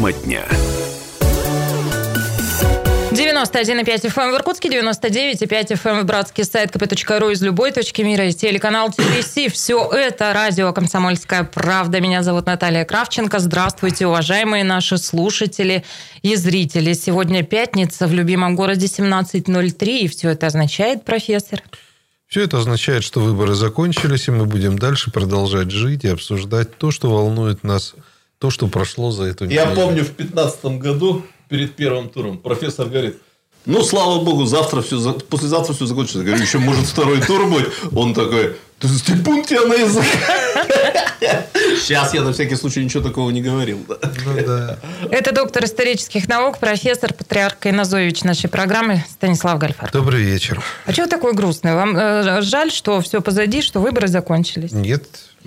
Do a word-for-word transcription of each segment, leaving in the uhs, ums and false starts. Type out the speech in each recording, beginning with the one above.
Тема дня. девяносто один и пять эф эм в Иркутске, девяносто девять и пять эф эм в Братске, сайт ка пэ точка ру из любой точки мира, и телеканал ти ви си. Все это радио «Комсомольская правда». Меня зовут Наталья Кравченко. Здравствуйте, уважаемые наши слушатели и зрители. Сегодня пятница, в любимом городе семнадцать ноль три. И все это означает, профессор? Все это означает, что выборы закончились, и мы будем дальше продолжать жить и обсуждать то, что волнует нас, то, что прошло за эту неделю. Я помню, в пятнадцатом году, перед первым туром, профессор говорит: ну, слава богу, завтра все, послезавтра все закончится. Я говорю, еще может второй тур будет. Он такой: ты степун тебя на язык. Сейчас я на всякий случай ничего такого не говорил. Да. Ну, да. Это доктор исторических наук, профессор, патриарх Кайназович нашей программы Станислав Гальфар. Добрый вечер. А чего такой грустный? Вам э, жаль, что все позади, что выборы закончились? Нет,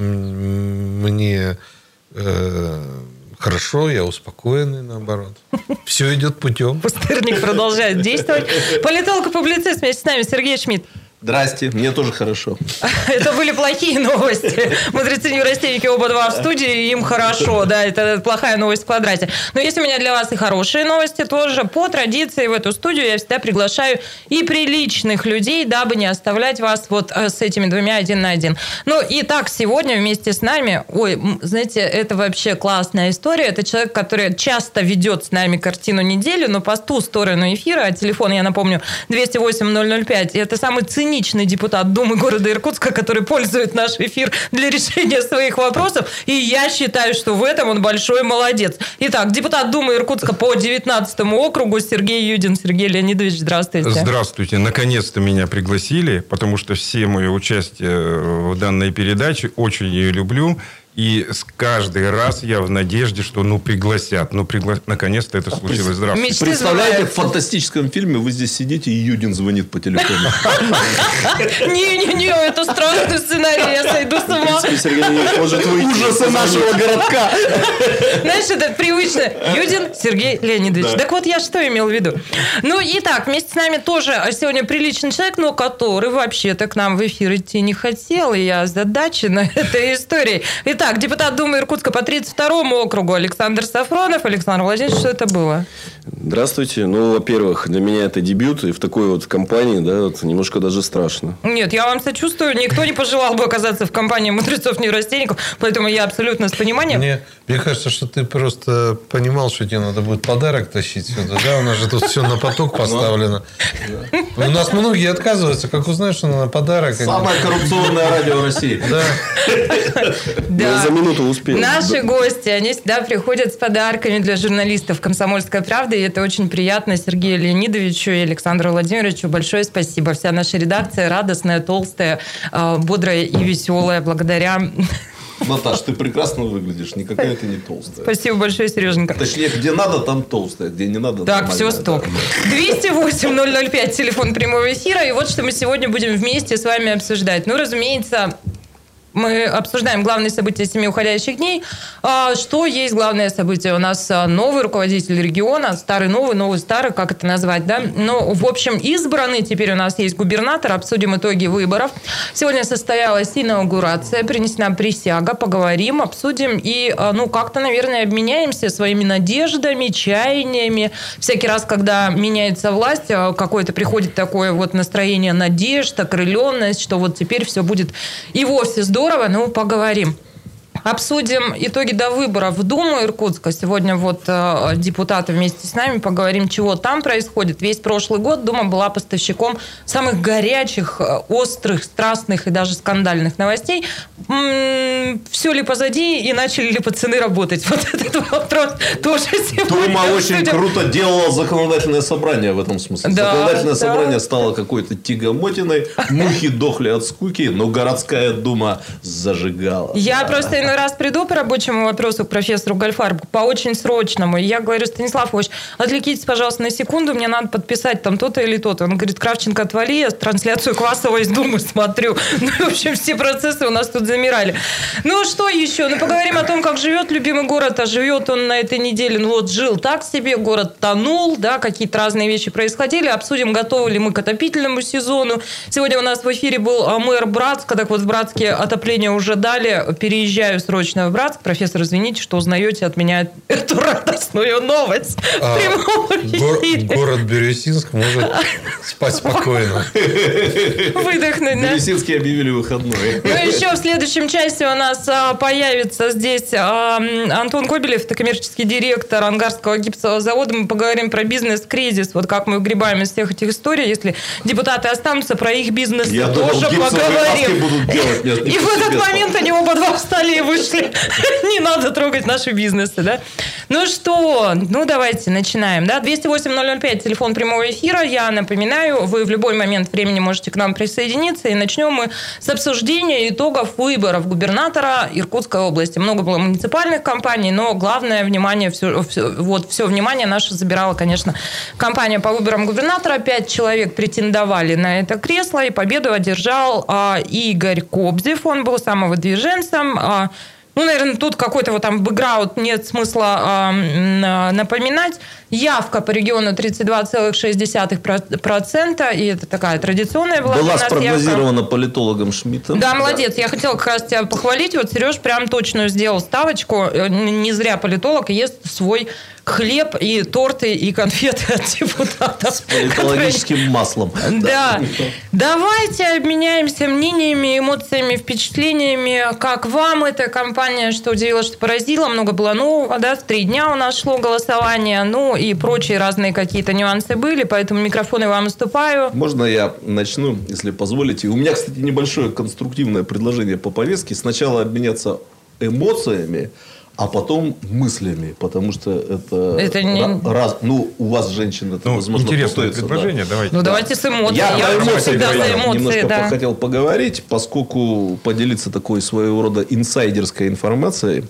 мне э, хорошо, я успокоенный, наоборот. Все идет путем. Пустырник продолжает действовать. Политолог и публицист вместе с нами Сергей Шмидт. Здрасте, мне тоже хорошо. Это были плохие новости. Мудрецы-неврастенники оба два в студии, им хорошо, да, это плохая новость в квадрате. Но есть у меня для вас и хорошие новости тоже. По традиции в эту студию я всегда приглашаю и приличных людей, дабы не оставлять вас вот с этими двумя один на один. Ну и так, сегодня вместе с нами, ой, знаете, это вообще классная история. Это человек, который часто ведет с нами картину недели, но по ту сторону эфира, а телефон, я напомню, двести восемь ноль ноль пять, это самый ценный депутат Думы города Иркутска, который пользует наш эфир для решения своих вопросов. И я считаю, что в этом он большой молодец. Итак, депутат Думы Иркутска по девятнадцатому округу Сергей Юдин. Сергей Леонидович, здравствуйте. Здравствуйте. Наконец-то меня пригласили, потому что все мои участия в данной передаче, очень ее люблю. И с каждый раз я в надежде, что ну пригласят. Ну, пригла... наконец-то это случилось. Здравствуйте. Мечты Представляете, сбываются. в фантастическом фильме вы здесь сидите, и Юдин звонит по телефону. Не-не-не, это страшный сценарий, я сойду с ума. Сергей Леонидович может выйти. Ужасы нашего городка. Знаешь, это привычно. Юдин Сергей Леонидович. Да. Так вот, я что имел в виду? Ну, итак, вместе с нами тоже сегодня приличный человек, но который вообще-то к нам в эфир идти не хотел, и я озадачена этой историей. Итак, Так, депутат Думы Иркутска по тридцать второму округу Александр Сафронов. Александр Владимирович, что это было? Здравствуйте. Ну, во-первых, для меня это дебют, и в такой вот компании, да, вот, немножко даже страшно. Нет, я вам сочувствую. Никто не пожелал бы оказаться в компании мудрецов-неврастенников, поэтому я абсолютно с пониманием. Мне, мне кажется, что ты просто понимал, что тебе надо будет подарок тащить сюда. Да? У нас же тут все на поток поставлено. У нас многие отказываются. Как узнаешь, что на подарок... Самое коррупционное радио России. Да. Я за минуту успел. Наши гости, они всегда приходят с подарками для журналистов «Комсомольской правды», и это очень приятно. Сергею Леонидовичу и Александру Владимировичу большое спасибо. Вся наша редакция радостная, толстая, бодрая и веселая благодаря... Наташ, ты прекрасно выглядишь, никакая ты не толстая. Спасибо большое, Сереженька. Точнее, где надо, там толстая, где не надо, так, все, стоп. двести восемь ноль ноль пять, телефон прямого эфира, и вот что мы сегодня будем вместе с вами обсуждать. Ну, разумеется... Мы обсуждаем главные события семи уходящих дней. Что есть главное событие? У нас новый руководитель региона, старый новый, новый старый, как это назвать, да? Ну, в общем, избранный. Теперь у нас есть губернатор. Обсудим итоги выборов. Сегодня состоялась инаугурация, принесена присяга. Поговорим, обсудим и, ну, как-то, наверное, обменяемся своими надеждами, чаяниями. Всякий раз, когда меняется власть, какое-то приходит такое вот настроение надежд, окрыленность, что вот теперь все будет и вовсе здорово. Здорово, ну, поговорим. Обсудим итоги до выборов в Думу Иркутска. Сегодня вот э, депутаты вместе с нами поговорим, чего там происходит. Весь прошлый год Дума была поставщиком самых горячих, острых, страстных и даже скандальных новостей. М-м, все ли позади и начали ли пацаны работать? Вот этот вопрос тоже сегодня. Дума очень круто делала законодательное собрание в этом смысле. Да, законодательное да. собрание стало какой-то тягомотиной. Мухи дохли от скуки, но городская дума зажигала. Я просто иной раз приду по рабочему вопросу к профессору Гальфару, по очень срочному. И я говорю: Станислав Ильич, отвлекитесь, пожалуйста, на секунду, мне надо подписать там то-то или то-то. Он говорит: Кравченко, отвали, я трансляцию Квасова из Думы смотрю. Ну, в общем, все процессы у нас тут замирали. Ну, что еще? Ну, поговорим о том, как живет любимый город. А живет он на этой неделе, ну, вот жил так себе, город тонул, да, какие-то разные вещи происходили. Обсудим, готовы ли мы к отопительному сезону. Сегодня у нас в эфире был мэр Братска. Так вот, в Братске отопление уже дали. Переезжаю срочно в Братск. Профессор, извините, что узнаете от меня эту радостную новость. А, в прямом эфире. Гор- город Бирюсинск может спать спокойно. Выдохнуть, да? Бирюсинский объявили выходной. Ну, еще в следующем часе у нас а, появится здесь а, Антон Кобелев, это коммерческий директор Ангарского гипсового завода. Мы поговорим про бизнес-кризис, вот как мы выгребаем из всех этих историй. Если депутаты останутся, про их бизнес Я тоже думал, поговорим. будут делать. Нет, И в этот момент они оба два встали и вышли. Не надо трогать наши бизнесы, да? Ну что, ну давайте начинаем, да? двести восемь ноль ноль пять, телефон прямого эфира. Я напоминаю, вы в любой момент времени можете к нам присоединиться. И начнем мы с обсуждения итогов выборов губернатора Иркутской области. Много было муниципальных кампаний, но главное внимание, все, все, вот, все внимание наше забирала, конечно, кампания по выборам губернатора. Пять человек претендовали на это кресло, и победу одержал а, Игорь Кобзев. Он был самовыдвиженцем. А, ну, наверное, тут какой-то вот там бэкграунд нет смысла а, напоминать. Явка по региону тридцать два целых шесть десятых процента, и это такая традиционная была. Была спрогнозирована явка политологом Шмидтом. Да, молодец. Я хотела как раз тебя похвалить. Вот Сереж прям точную сделал ставочку. Не зря политолог ест свой хлеб и торты и конфеты от депутатов. С политологическим которые... маслом. Да. Давайте обменяемся мнениями, эмоциями, впечатлениями. Как вам эта кампания, что удивило, что поразило? Много было нового, да? В три дня у нас шло голосование. Ну, и прочие разные какие-то нюансы были, поэтому микрофоны вам уступаю. Можно я начну, если позволите? У меня, кстати, небольшое конструктивное предложение по повестке. Сначала обменяться эмоциями, а потом мыслями, потому что это, это не... раз, ну, у вас, женщин, это, ну, возможно, интересное путается, предложение, да. давайте. Ну, да. давайте с эмоциями. Я, Я эмоции, всегда за эмоции, немножко да. хотел поговорить, поскольку поделиться такой своего рода инсайдерской информацией.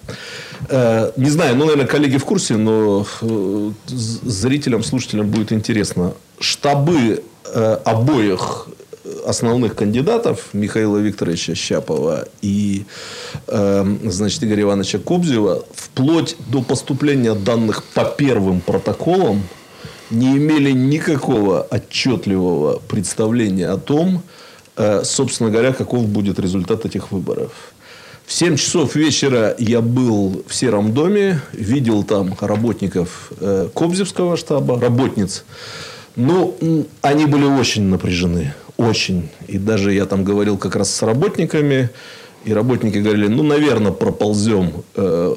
Э, не знаю, ну, наверное, коллеги в курсе, но э, зрителям, слушателям будет интересно. Штабы э, обоих основных кандидатов, Михаила Викторовича Щапова и э, значит, Игоря Ивановича Кобзева, вплоть до поступления данных по первым протоколам не имели никакого отчетливого представления о том, э, собственно говоря, каков будет результат этих выборов. В семь часов вечера я был в Сером доме, видел там работников э, Кобзевского штаба, работниц. Ну, они были очень напряжены. Очень. И даже я там говорил как раз с работниками. И работники говорили, ну, наверное, проползем э,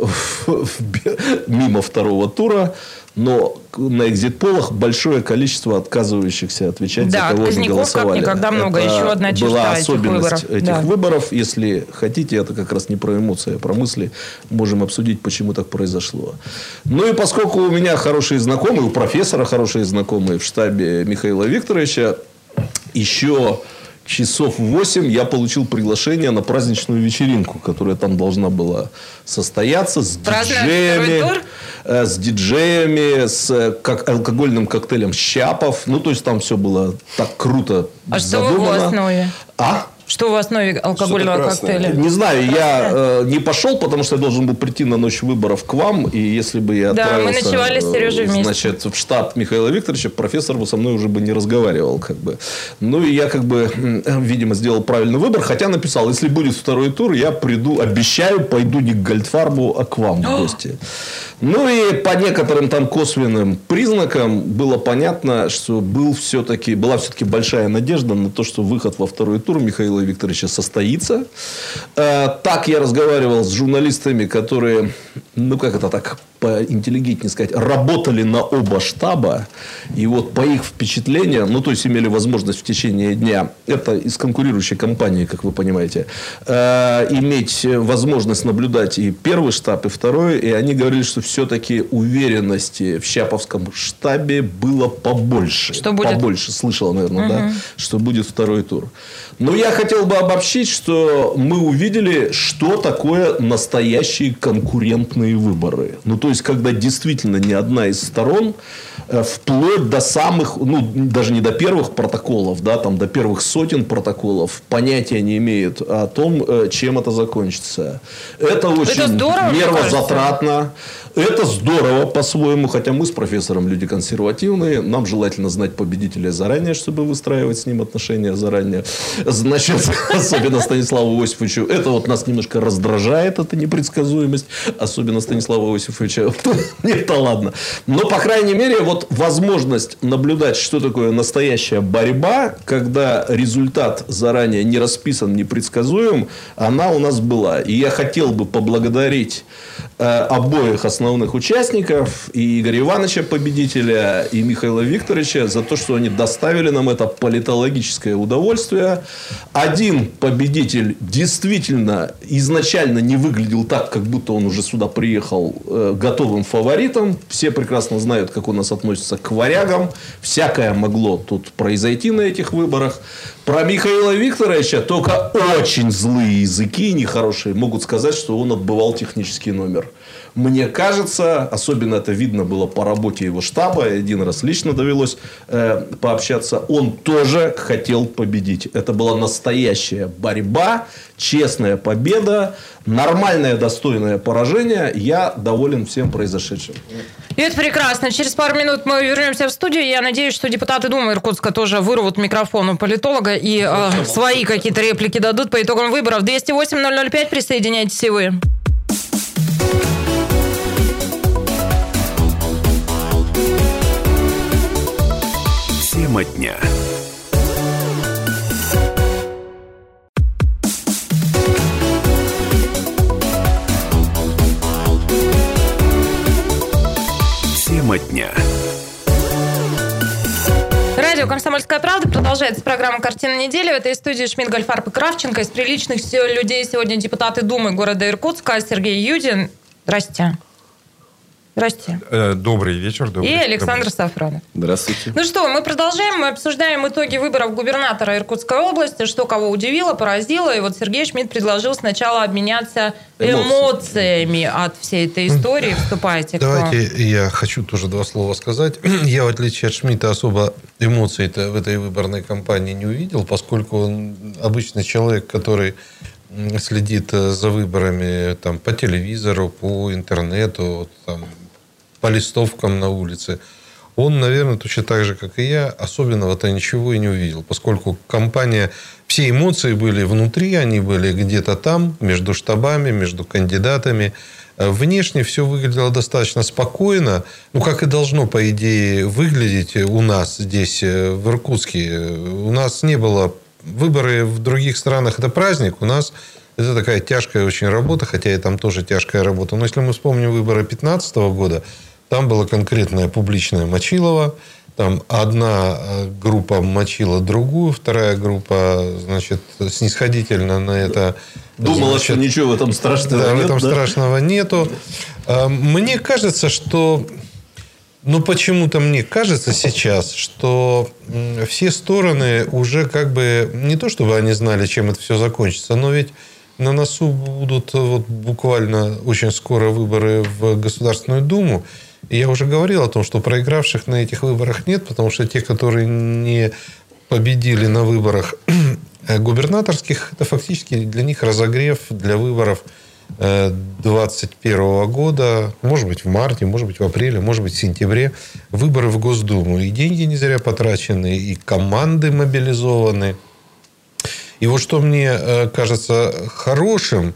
мимо второго тура. Но на экзит-полах большое количество отказывающихся отвечать да, за кого они голосовали. Как никогда много. Это еще одна черта была этих особенность выборов. этих Да. выборов. Если хотите, это как раз не про эмоции, а про мысли. Можем обсудить, почему так произошло. Ну и поскольку у меня хорошие знакомые, у профессора хорошие знакомые в штабе Михаила Викторовича, еще часов в восемь я получил приглашение на праздничную вечеринку, которая там должна была состояться с диджеями, э, с диджеями, с как, алкогольным коктейлем Щапов. Ну, то есть, там все было так круто а задумано. что в основе? А? Что в основе алкогольного коктейля? Не знаю, я э, не пошел, потому что я должен был прийти на ночь выборов к вам. И если бы я да, отправился, мы ночевали с Сережей вместе. Значит, в штаб Михаила Викторовича, профессор бы со мной уже бы не разговаривал. Как бы. Ну, и я, как бы, видимо, сделал правильный выбор. Хотя написал, если будет второй тур, я приду, обещаю, пойду не к Гольдфарбу, а к вам в гости. Ну, и по некоторым там косвенным признакам было понятно, что был все-таки, была все-таки большая надежда на то, что выход во второй тур Михаила Викторовича состоится. Э, так я разговаривал с журналистами, которые, ну, как это так поинтеллигентнее сказать, работали на оба штаба. И вот по их впечатлениям, ну, то есть, имели возможность в течение дня, это из конкурирующей компании, как вы понимаете, э, иметь возможность наблюдать и первый штаб, и второй. И они говорили, что все-таки уверенности в Щаповском штабе было побольше. Что будет? Побольше. Слышал, наверное, угу. да? Что будет второй тур. Но я хотел бы обобщить, что мы увидели, что такое настоящие конкурентные честные выборы. Ну, то есть, когда действительно ни одна из сторон, э, вплоть до самых, ну, даже не до первых протоколов, да, там, до первых сотен протоколов, понятия не имеет о том, э, чем это закончится. Это очень это здорово, нервозатратно. Это здорово по-своему, хотя мы с профессором люди консервативные. Нам желательно знать победителя заранее, чтобы выстраивать с ним отношения заранее. Значит, особенно Станиславу Иосифовичу. Это вот нас немножко раздражает, эта непредсказуемость. Особенно Станислава Иосифовича. Это ладно. Но, по крайней мере, вот возможность наблюдать, что такое настоящая борьба, когда результат заранее не расписан, не предсказуем, она у нас была. И я хотел бы поблагодарить э, обоих основных основных участников, и Игоря Ивановича, победителя, и Михаила Викторовича, за то, что они доставили нам это политологическое удовольствие. Один победитель действительно изначально не выглядел так, как будто он уже сюда приехал э, готовым фаворитом. Все прекрасно знают, как у нас относятся к варягам. Всякое могло тут произойти на этих выборах. Про Михаила Викторовича только очень злые языки, нехорошие, могут сказать, что он отбывал технический номер. Мне кажется, особенно это видно было по работе его штаба, один раз лично довелось э, пообщаться, он тоже хотел победить. Это была настоящая борьба, честная победа, нормальное, достойное поражение. Я доволен всем произошедшим. И это прекрасно. Через пару минут мы вернемся в студию. Я надеюсь, что депутаты Думы Иркутска тоже вырвут микрофон у политолога и э, свои какие-то реплики дадут по итогам выборов. двести восемь ноль ноль пять, присоединяйтесь и вы. Тема дня. Тема дня. Радио «Комсомольская правда». Продолжается программа «Картина недели». В этой студии Шмидт, Гольфарб и Кравченко. Из приличных людей сегодня депутаты Думы города Иркутска Сергей Юдин. Здрасте. Здрасте. Добрый вечер. Добрый и Александр добрый. Сафронов. Здравствуйте. Ну что, мы продолжаем. Мы обсуждаем итоги выборов губернатора Иркутской области, что кого удивило, поразило. И вот Сергей Шмидт предложил сначала обменяться эмоциями от всей этой истории. Вступайте. Давайте я хочу тоже два слова сказать. Я, в отличие от Шмидта, особо эмоций-то в этой выборной кампании не увидел, поскольку он обычный человек, который следит за выборами там, по телевизору, по интернету, там, по листовкам на улице. Он, наверное, точно так же, как и я, особенного-то ничего и не увидел, поскольку кампания, все эмоции были внутри, они были где-то там, между штабами, между кандидатами. Внешне все выглядело достаточно спокойно, ну, как и должно, по идее, выглядеть у нас здесь, в Иркутске. У нас не было... Выборы в других странах – это праздник, у нас это такая тяжкая очень работа, хотя и там тоже тяжкая работа. Но если мы вспомним выборы две тысячи пятнадцатого года, там была конкретная публичная мочилова, там одна группа мочила другую, вторая группа, значит, снисходительно на это... Думала, значит, что ничего в этом страшного да, нет. в этом да? страшного нету. Мне кажется, что... Ну, почему-то мне кажется сейчас, что все стороны уже как бы... Не то, чтобы они знали, чем это все закончится, но ведь на носу будут вот буквально очень скоро выборы в Государственную Думу. И я уже говорил о том, что проигравших на этих выборах нет, потому что те, которые не победили на выборах губернаторских, это фактически для них разогрев для выборов двадцать первого года, может быть, в марте, может быть, в апреле, может быть, в сентябре, выборы в Госдуму. И деньги не зря потрачены, и команды мобилизованы. И вот что мне кажется хорошим,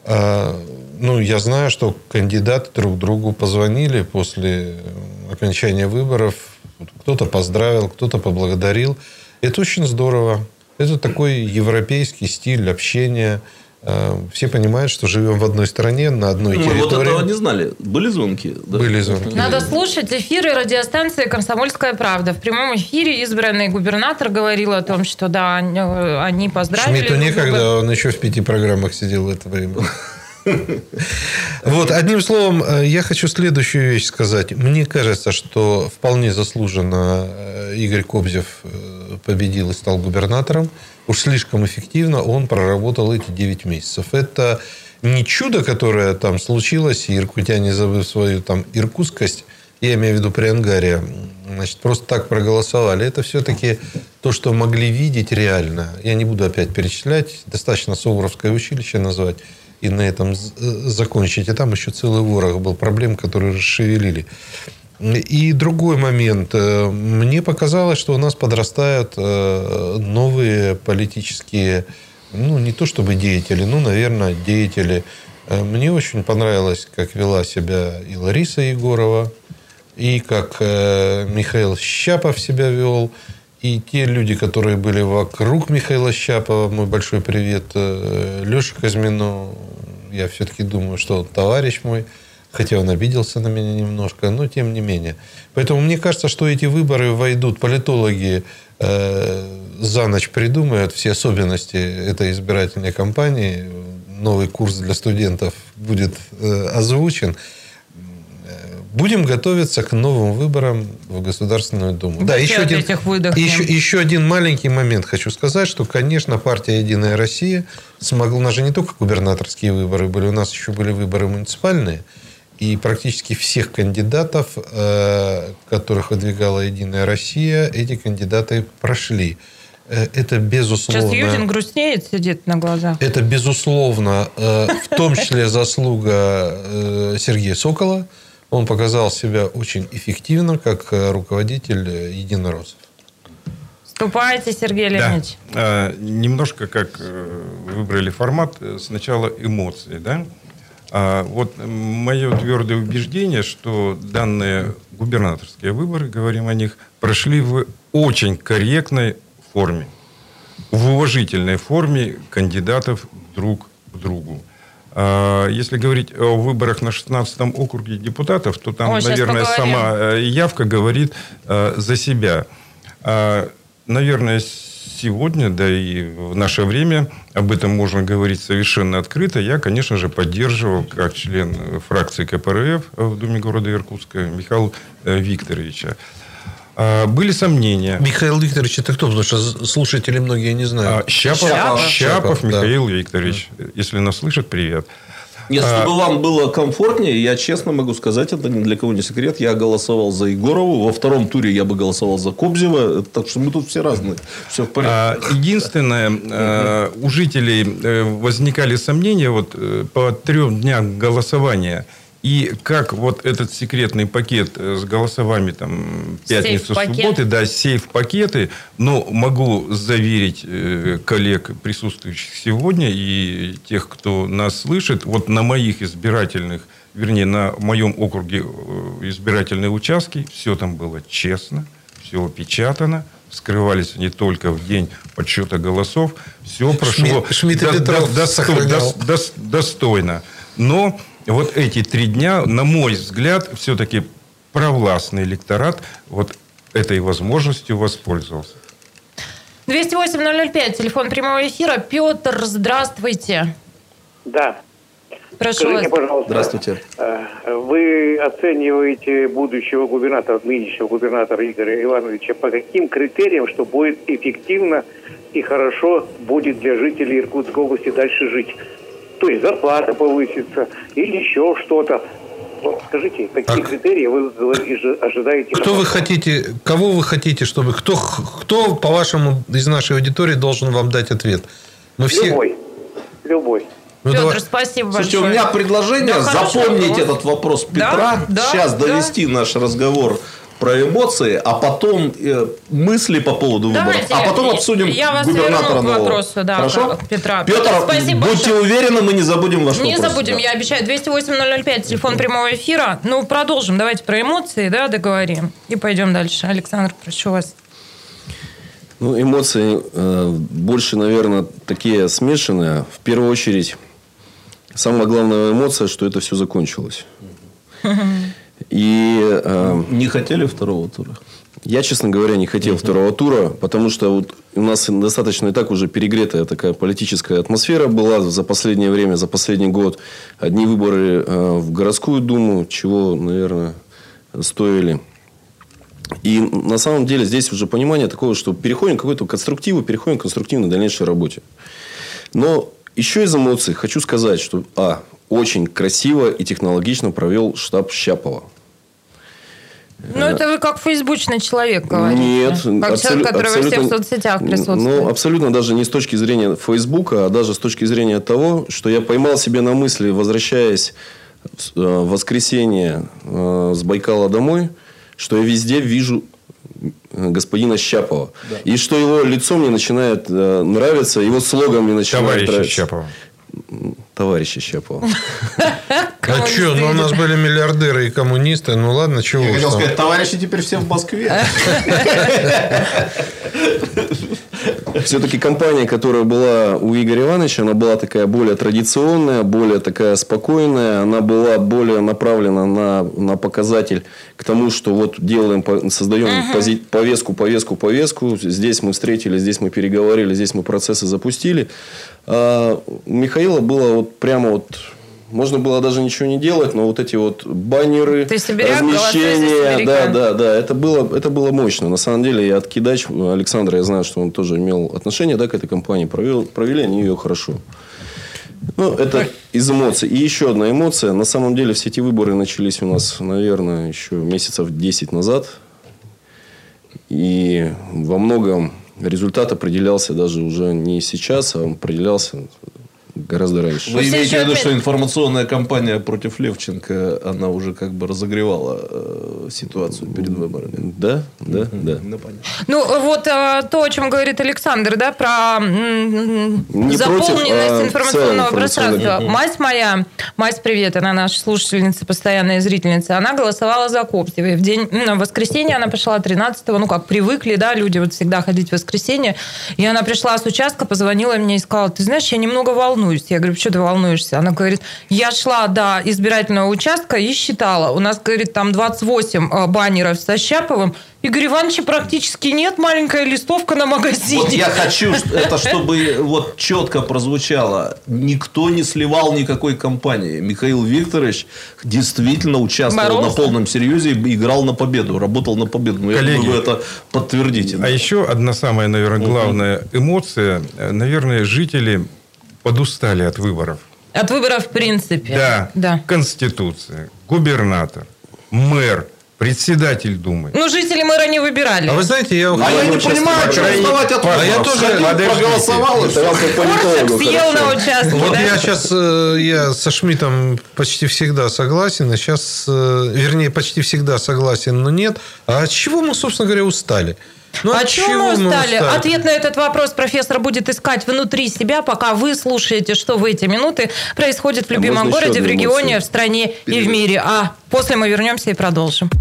ну, я знаю, что кандидаты друг другу позвонили после окончания выборов. Кто-то поздравил, кто-то поблагодарил. Это очень здорово. Это такой европейский стиль общения. Все понимают, что живем в одной стране, на одной Мы территории. вот этого не знали. Были звонки? Да? Были звонки. Надо слушать эфиры радиостанции «Комсомольская правда». В прямом эфире избранный губернатор говорил о том, что да, они поздравили. Шмидту некогда, он еще в пяти программах сидел в это время. Вот, одним словом, я хочу следующую вещь сказать. Мне кажется, что вполне заслуженно Игорь Кобзев победил и стал губернатором. Уж слишком эффективно он проработал эти девять месяцев. Это не чудо, которое там случилось, и иркутяне, забыв свою там иркутскость, я имею в виду при Ангаре, значит, просто так проголосовали. Это все-таки то, что могли видеть реально. Я не буду опять перечислять. Достаточно Суворовское училище назвать и на этом закончить. И там еще целый ворох был проблем, которые расшевелили. И другой момент. Мне показалось, что у нас подрастают новые политические, ну, не то чтобы деятели, ну, наверное, деятели. Мне очень понравилось, как вела себя и Лариса Егорова, и как Михаил Щапов себя вел, и те люди, которые были вокруг Михаила Щапова. Мой большой привет Леше Казьмину. Я все-таки думаю, что он товарищ мой. Хотя он обиделся на меня немножко, но тем не менее. Поэтому мне кажется, что эти выборы войдут, политологи э, за ночь придумают все особенности этой избирательной кампании. Новый курс для студентов будет э, озвучен. Будем готовиться к новым выборам в Государственную Думу. Да, еще один, еще, еще один маленький момент хочу сказать, что, конечно, партия «Единая Россия» смогла... У нас же не только губернаторские выборы были, у нас еще были выборы муниципальные. И практически всех кандидатов, которых выдвигала «Единая Россия», эти кандидаты прошли. Это безусловно... Сейчас Юдин грустнеет, сидит на глазах. Это, безусловно, в том числе заслуга Сергея Сокола. Он показал себя очень эффективно, как руководитель единороссов. Вступайте, Сергей Леонидович. Да. Немножко как выбрали формат. Сначала эмоции, да? А вот мое твердое убеждение, что данные губернаторские выборы, говорим о них, прошли в очень корректной форме, в уважительной форме кандидатов друг к другу. А если говорить о выборах на шестнадцатом округе депутатов, то там, Ой, наверное, сама явка говорит а, за себя. А, наверное, сегодня, да и в наше время об этом можно говорить совершенно открыто. Я, конечно же, поддерживал, как член фракции ка пэ эр эф в Думе города Иркутска, Михаила Викторовича. Были сомнения. Михаил Викторович, это кто? Потому что слушатели многие не знают. Щапов, Щапов, Щапов Михаил да. Викторович. Если нас слышат, привет. Нет, чтобы а... вам было комфортнее, я честно могу сказать, это ни для кого не секрет. Я голосовал за Егорову. Во втором туре я бы голосовал за Кобзева. Так что мы тут все разные. Все в порядке. А, единственное, у жителей возникали сомнения вот, по трем дням голосования. И как вот этот секретный пакет с голосованиями там, пятницу, субботы, да, сейф-пакеты, но могу заверить коллег, присутствующих сегодня, и тех, кто нас слышит, вот на моих избирательных, вернее, на моем округе избирательные участки, все там было честно, все опечатано, вскрывались не только в день подсчета голосов, все прошло Шмидт, Шмидт до, до, до, до, до, достойно. Но вот эти три дня, на мой взгляд, все-таки провластный электорат вот этой возможностью воспользовался. двести восемь ноль ноль пять, телефон прямого эфира. Петр, здравствуйте. Да. Прошу Скажите, вас. пожалуйста, здравствуйте. Вы оцениваете будущего губернатора, нынешнего губернатора Игоря Ивановича по каким критериям, что будет эффективно и хорошо будет для жителей Иркутской области дальше жить? То есть зарплата повысится или еще что-то. Скажите, какие а критерии вы ожидаете? Кто вы хотите, кого вы хотите, чтобы... Кто, кто, по-вашему, из нашей аудитории должен вам дать ответ? Мы все... Любой. Любой. Ну, Петр, давай... спасибо Слушайте, большое. у меня предложение да, запомнить вопрос. этот вопрос Петра. Да, Сейчас да, довести да. наш разговор про эмоции, а потом э, мысли по поводу Давайте, выборов, а потом обсудим я вас губернатора нового. Вопросу, да, Хорошо? Петра. Петр, спасибо будьте большое. уверены, мы не забудем ваш не вопрос. Не забудем, да. я обещаю. двести восемь ноль ноль пять, телефон прямого эфира. Ну, продолжим. Давайте про эмоции, да, договорим. И пойдем дальше. Александр, прошу вас. Ну, эмоции э, больше, наверное, такие смешанные. В первую очередь, самая главная эмоция, что это все закончилось. И, э, не хотели второго тура? Я, честно говоря, не хотел uh-huh. второго тура, потому что вот у нас достаточно и так уже перегретая такая политическая атмосфера была за последнее время, за последний год. Одни выборы э, в городскую думу, чего, наверное, стоили. И на самом деле здесь уже понимание такого, что переходим к какой-то конструктиву, переходим к конструктивной дальнейшей работе. Но Еще из эмоций хочу сказать, что а, очень красиво и технологично провел штаб Щапова. Ну, это вы как фейсбучный человек говорите. Нет. Как человек, абсолют, который во всех соцсетях присутствует. Ну, абсолютно даже не с точки зрения Фейсбука, а даже с точки зрения того, что я поймал себе на мысли, возвращаясь в воскресенье с Байкала домой, что я везде вижу господина Щапова. Да. И что его лицо мне начинает нравиться, его слоган мне начинает Товарища нравиться. Щапова. Товарища Щапова. А что, ну у нас были миллиардеры и коммунисты, ну ладно, чего Я уж хотел там. сказать, товарищи теперь все в Москве. Все-таки компания, которая была у Игоря Ивановича, она была такая более традиционная, более такая спокойная. Она была более направлена на, на показатель к тому, что вот делаем, создаем uh-huh. пози, повестку, повестку, повестку. Здесь мы встретились, здесь мы переговорили, здесь мы процессы запустили. А у Михаила было вот прямо вот... Можно было даже ничего не делать, но вот эти вот баннеры, размещения, да, да, да, это было, это было мощно. На самом деле, я от Кидач, Александра, я знаю, что он тоже имел отношение, да, к этой компании, провел, провели они ее хорошо. Ну, это из эмоций. И еще одна эмоция. На самом деле, все эти выборы начались у нас, наверное, еще месяцев десять назад. И во многом результат определялся даже уже не сейчас, а он определялся гораздо раньше. Вы имеете в виду, что информационная кампания против Левченко, она уже как бы разогревала э, ситуацию перед выборами? Да, да, mm-hmm. да. Ну, понятно. Ну, вот э, то, о чем говорит Александр, да, про м- Не заполненность против, а информационного пространства. Mm-hmm. Мать моя, мать, привет, она наша слушательница, постоянная зрительница, она голосовала за Коптева. В день ну, воскресенья она пошла тринадцатого, ну, как привыкли, да, люди вот всегда ходить в воскресенье. И она пришла с участка, позвонила мне и сказала, ты знаешь, я немного волнуюсь. Я говорю, что ты волнуешься? Она говорит, я шла до избирательного участка и считала. У нас, говорит, там двадцать восемь баннеров со Щаповым. Игоря Ивановича практически нет, маленькая листовка на магазине. Вот я хочу, это чтобы вот четко прозвучало. Никто не сливал никакой кампании. Михаил Викторович действительно участвовал Боролся. на полном серьезе и играл на победу, работал на победу. Но я думаю, вы это подтвердите. А да. еще одна самая, наверное, главная эмоция. Наверное, жители подустали от выборов. От выборов в принципе. Да. да. Конституция, губернатор, мэр, председатель Думы. Ну, жители мэра не выбирали. А вы знаете, я... А я не понимаю, что узнавать от А я тоже проголосовал. Коршак съел на участке. Вот да? я сейчас я со Шмидтом почти всегда согласен, а сейчас, вернее, почти всегда согласен, но нет. А от чего мы, собственно говоря, устали? Ну, а чего мы устали? Ответ на этот вопрос профессор будет искать внутри себя, пока вы слушаете, что в эти минуты происходит в любимом а городе, в регионе, эмоции? В стране Перед... и в мире. А после мы вернемся и продолжим.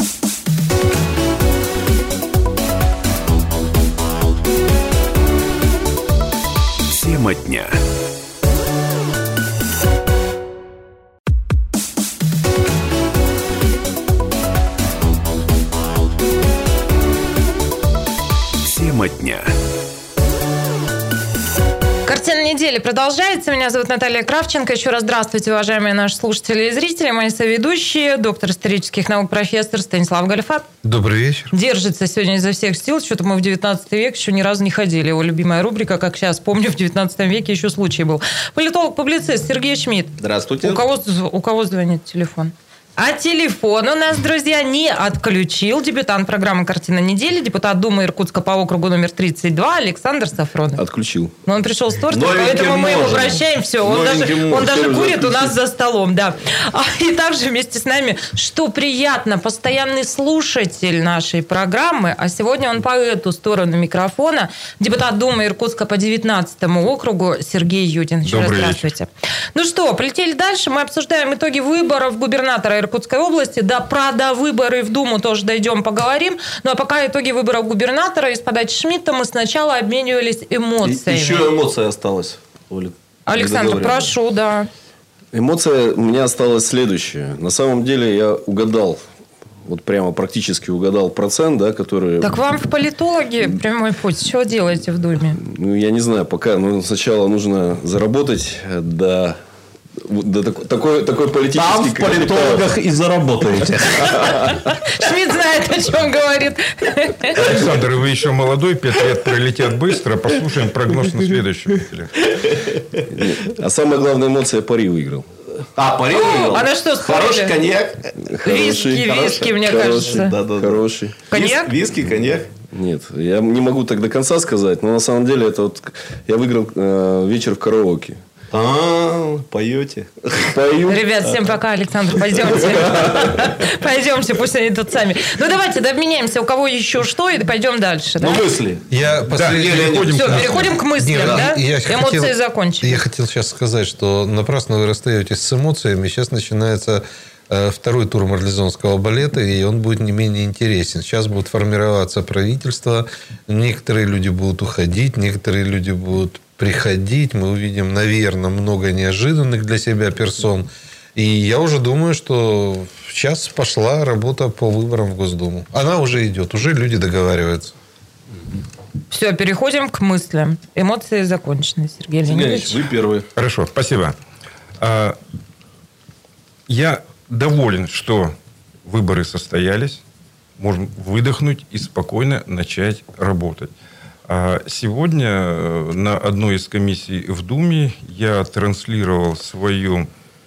Тема дня. Тема дня. Картина недели продолжается. Меня зовут Наталья Кравченко. Еще раз здравствуйте, уважаемые наши слушатели и зрители. Мои соведущие, доктор исторических наук, профессор Станислав Галифат. Добрый вечер. Держится сегодня изо всех сил. Что-то мы в девятнадцатый век еще ни разу не ходили. Его любимая рубрика, как сейчас помню, в девятнадцатом веке еще случай был. Политолог-публицист Сергей Шмидт. Здравствуйте. У кого, у кого звонит телефон? А телефон у нас, друзья, не отключил дебютант программы «Картина недели», депутат Думы Иркутска по округу номер тридцать два Александр Сафронов. Отключил. Но он пришел с тортом, поэтому мы ему прощаем все. Он даже, он даже курит у нас за столом, да. И также вместе с нами, что приятно, постоянный слушатель нашей программы, а сегодня он по эту сторону микрофона, депутат Думы Иркутска по девятнадцатому округу Сергей Юдин. Еще раз здравствуйте. Ну что, полетели дальше. Мы обсуждаем итоги выборов губернатора Иркутской области. Да, про довыборы в Думу тоже дойдем, поговорим. Ну, а пока итоги выборов губернатора из подачи Шмидта мы сначала обменивались эмоциями. И, еще эмоция осталась. Александр, прошу, да. Эмоция у меня осталась следующая. На самом деле я угадал, вот прямо практически угадал процент, да, который... Так вам в политологи прямой путь. Что делаете в Думе? Ну, я не знаю, пока. Ну, сначала нужно заработать до... Да, такой, такой, такой политический... Там в политологах и заработаете. Шмидт знает, о чем говорит. Александр, вы еще молодой, пять лет пролетят быстро. Послушаем прогноз на следующий. А самая главная эмоция — пари выиграл. А, пари выиграл? А на что спорили? Хороший коньяк. Виски, виски, мне Хороший, кажется. Да, да, да. Хороший. Коньяк? Виски, коньяк. Нет, я не могу так до конца сказать, но на самом деле это вот я выиграл э, вечер в караоке. А, поете. Пою. Ребят, всем пока, Александр, пойдемте. Пойдемте, пусть они тут сами. Ну, давайте обменяемся, у кого еще что, и пойдем дальше. Ну, Да? мысли. Я последний... переходим Все, к мыслям. переходим к мыслям, Нет, да? я Эмоции хотел- закончили. Я хотел сейчас сказать, что напрасно вы расстаетесь с эмоциями. Сейчас начинается э, второй тур марлезонского балета, и он будет не менее интересен. Сейчас будет формироваться правительство. Некоторые люди будут уходить, некоторые люди будут приходить. Мы увидим, наверное, много неожиданных для себя персон. И я уже думаю, что сейчас пошла работа по выборам в Госдуму. Она уже идет, уже люди договариваются. Все, переходим к мыслям. Эмоции закончены, Сергей Сергей Леонидович. Ильич, вы первый. Хорошо, спасибо. А, Я доволен, что выборы состоялись. Можем выдохнуть и спокойно начать работать. А сегодня на одной из комиссий в Думе я транслировал свою,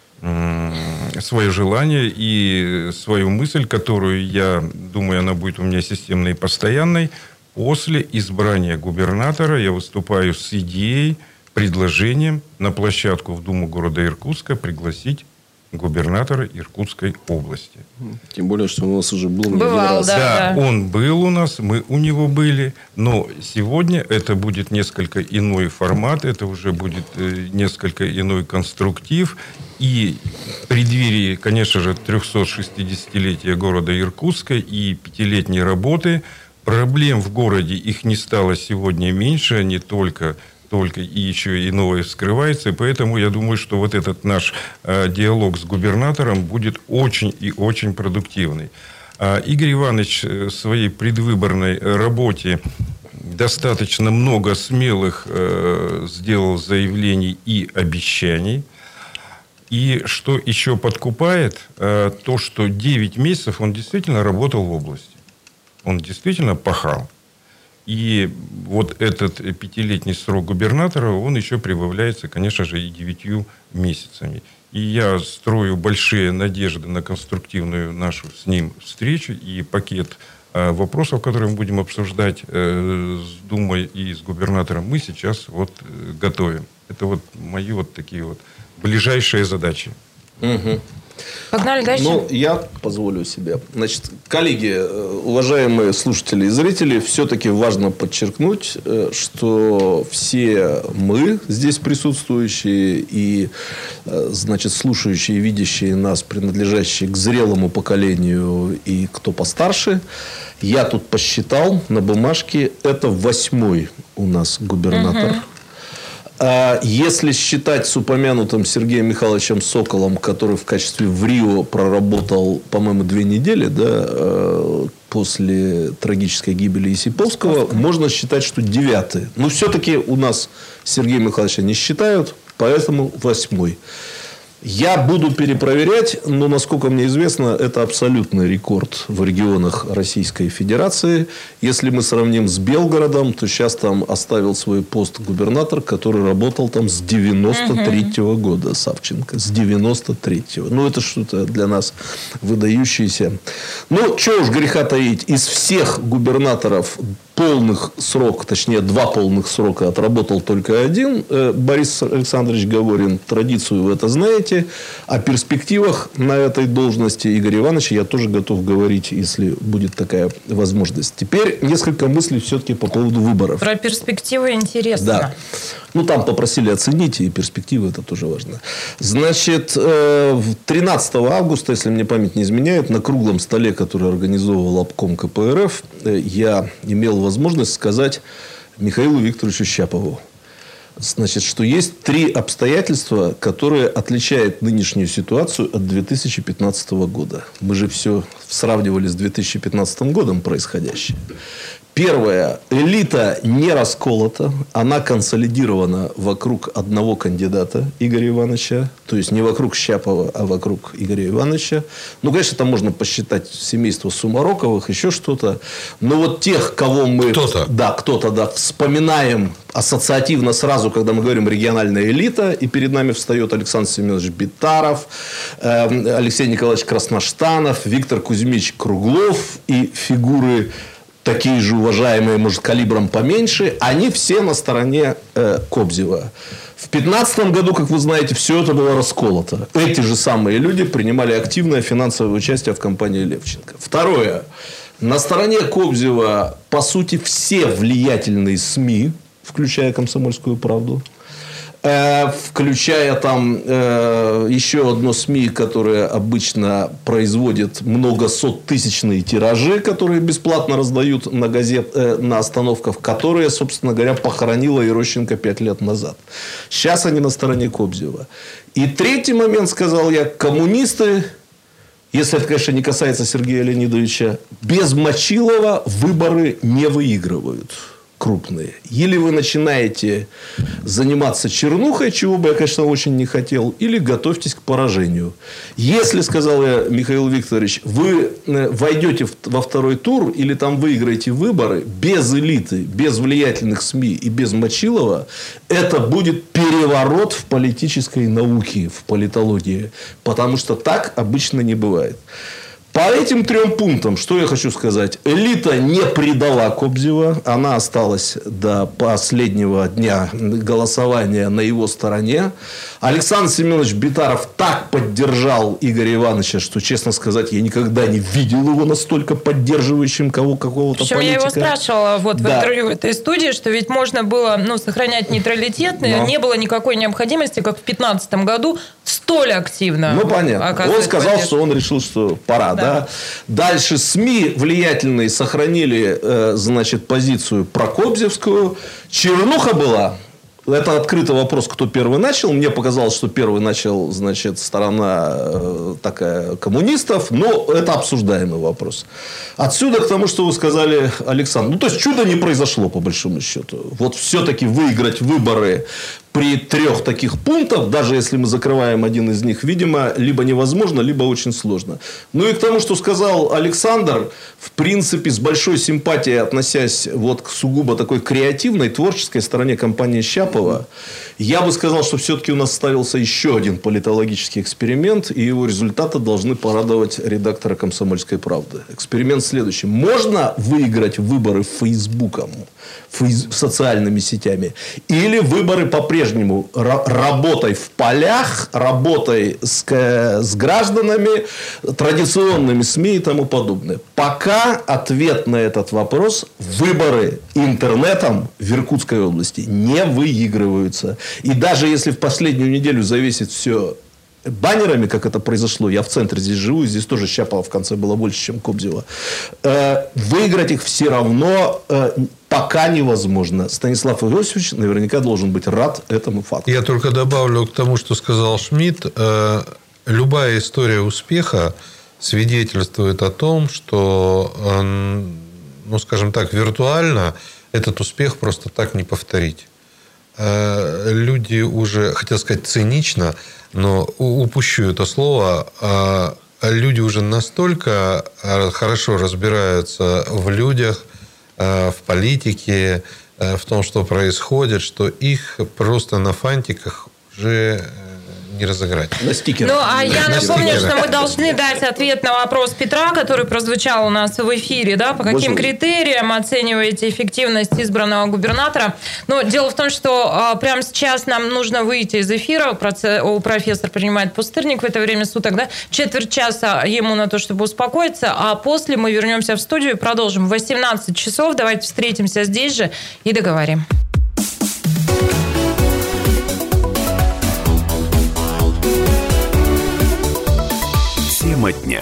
свое желание и свою мысль, которую, я думаю, она будет у меня системной и постоянной. После избрания губернатора я выступаю с идеей, предложением на площадку в Думу города Иркутска пригласить губернатора Иркутской области. Тем более, что у нас уже был... не Бывал, один раз. да. Да, он был у нас, мы у него были, но сегодня это будет несколько иной формат, это уже будет э, несколько иной конструктив. И в преддверии, конечно же, трехсотшестидесятилетия города Иркутска и пятилетней работы проблем в городе их не стало сегодня меньше, они только... только и еще и новое вскрывается. И поэтому я думаю, что вот этот наш э, диалог с губернатором будет очень и очень продуктивный. А Игорь Иванович в своей предвыборной работе достаточно много смелых э, сделал заявлений и обещаний. И что еще подкупает, э, то, что девять месяцев он действительно работал в области. Он действительно пахал. И вот этот пятилетний срок губернатора, он еще прибавляется, конечно же, и девятью месяцами. И я строю большие надежды на конструктивную нашу с ним встречу и пакет э, вопросов, которые мы будем обсуждать э, с Думой и с губернатором, мы сейчас вот э, готовим. Это вот мои вот такие вот ближайшие задачи. Угу. Погнали дальше. Ну, я позволю себе. Значит, коллеги, уважаемые слушатели и зрители, все-таки важно подчеркнуть, что все мы, здесь присутствующие, и, значит, слушающие и видящие нас, принадлежащие к зрелому поколению и кто постарше, я тут посчитал на бумажке, это восьмой у нас губернатор. Угу. Если считать с упомянутым Сергеем Михайловичем Соколом, который в качестве в Рио проработал, по-моему, две недели, да, после трагической гибели Исиповского, можно считать, что девятый. Но все-таки у нас Сергея Михайловича не считают, поэтому восьмой. Я буду перепроверять, но, насколько мне известно, это абсолютный рекорд в регионах Российской Федерации. Если мы сравним с Белгородом, то сейчас там оставил свой пост губернатор, который работал там с девяносто третьего года, Савченко. С девяносто третьего. Ну, это что-то для нас выдающееся. Ну, чего уж греха таить. Из всех губернаторов полных срок, точнее, два полных срока отработал только один. Борис Александрович Гаворин. Традицию вы это знаете. О перспективах на этой должности Игоря Ивановича я тоже готов говорить, если будет такая возможность. Теперь несколько мыслей все-таки по поводу выборов. Про перспективы интересно. Да. Ну, там попросили оценить, и перспективы это тоже важно. Значит, тринадцатого августа, если мне память не изменяет, на круглом столе, который организовывал обком ка пэ эр эф, я имел возможность сказать Михаилу Викторовичу Щапову, значит, что есть три обстоятельства, которые отличают нынешнюю ситуацию от две тысячи пятнадцатого года. Мы же все сравнивали с две тысячи пятнадцатым годом происходящее. Первое. Элита не расколота. Она консолидирована вокруг одного кандидата, Игоря Ивановича. То есть, не вокруг Щапова, а вокруг Игоря Ивановича. Ну, конечно, там можно посчитать семейство Сумароковых, еще что-то. Но вот тех, кого мы... Кто-то. Да, кто-то, да, вспоминаем ассоциативно сразу, когда мы говорим «региональная элита», и перед нами встает Александр Семенович Битаров, э, Алексей Николаевич Красноштанов, Виктор Кузьмич Круглов и фигуры... такие же уважаемые, может, калибром поменьше, они все на стороне э, Кобзева. В две тысячи пятнадцатом году, как вы знаете, все это было расколото. Эти же самые люди принимали активное финансовое участие в кампании Левченко. Второе. На стороне Кобзева, по сути, все влиятельные СМИ, включая «Комсомольскую правду», включая там э, еще одно СМИ, которое обычно производит многосоттысячные тиражи, которые бесплатно раздают на, газет, э, на остановках, которые, собственно говоря, похоронила Ерощенко пять лет назад. Сейчас они на стороне Кобзева. И третий момент, сказал я, коммунисты, если это, конечно, не касается Сергея Леонидовича, без Мочилова выборы не выигрывают. Крупные. Или вы начинаете заниматься чернухой, чего бы я, конечно, очень не хотел, или готовьтесь к поражению. Если, сказал я, Михаил Викторович, вы войдете во второй тур или там выиграете выборы без элиты, без влиятельных СМИ и без Мочилова, это будет переворот в политической науке, в политологии. Потому что так обычно не бывает. По этим трем пунктам, что я хочу сказать. Элита не предала Кобзева. Она осталась до последнего дня голосования на его стороне. Александр Семенович Битаров так поддержал Игоря Ивановича, что, честно сказать, я никогда не видел его настолько поддерживающим кого, какого-то Причем политика. я его спрашивала вот да. в интервью в этой студии, что ведь можно было ну, сохранять нейтралитет. Но. Не было никакой необходимости, как в две тысячи пятнадцатом году, столь активно. Ну, понятно. Он сказал, поддержку. Что он решил, что пора. Да. Да? Дальше СМИ влиятельные сохранили, э, значит, позицию прокобзевскую. Чернуха была. Это открытый вопрос, кто первый начал. Мне показалось, что первый начал, значит, сторона э, такая коммунистов. Но это обсуждаемый вопрос. Отсюда к тому, что вы сказали, Александр. Ну, то есть, чудо не произошло, по большому счету. Вот все-таки выиграть выборы при трех таких пунктах, даже если мы закрываем один из них, видимо, либо невозможно, либо очень сложно. Ну, и к тому, что сказал Александр, в принципе, с большой симпатией относясь вот к сугубо такой креативной, творческой стороне компании Щапова, я бы сказал, что все-таки у нас ставился еще один политологический эксперимент, и его результаты должны порадовать редактора «Комсомольской правды». Эксперимент следующий. Можно выиграть выборы Фейсбуком, фейс... социальными сетями, или выборы по-прежнему работой в полях, работой с, с гражданами, традиционными СМИ и тому подобное. Пока ответ на этот вопрос: выборы интернетом в Иркутской области не выигрываются. И даже если в последнюю неделю завесит все баннерами, как это произошло, я в центре здесь живу, здесь тоже Щапова в конце было больше, чем Кобзева, э, выиграть их все равно э, пока невозможно. Станислав Иосифович наверняка должен быть рад этому факту. Я только добавлю к тому, что сказал Шмидт. Э, любая история успеха свидетельствует о том, что, э, ну, скажем так, виртуально этот успех просто так не повторить. Э, люди уже, хотел сказать цинично, но упущу это слово, люди уже настолько хорошо разбираются в людях, в политике, в том, что происходит, что их просто на фантиках уже не разыграть. На стикерах. Ну, а я на напомню, стикерах. что мы должны дать ответ на вопрос Петра, который прозвучал у нас в эфире, да, по каким Можно? критериям оцениваете эффективность избранного губернатора. Но дело в том, что а, прямо сейчас нам нужно выйти из эфира. У профессора принимает пустырник в это время суток, да, четверть часа ему на то, чтобы успокоиться, а после мы вернемся в студию и продолжим в восемнадцать часов. Давайте встретимся здесь же и договорим. Тема дня.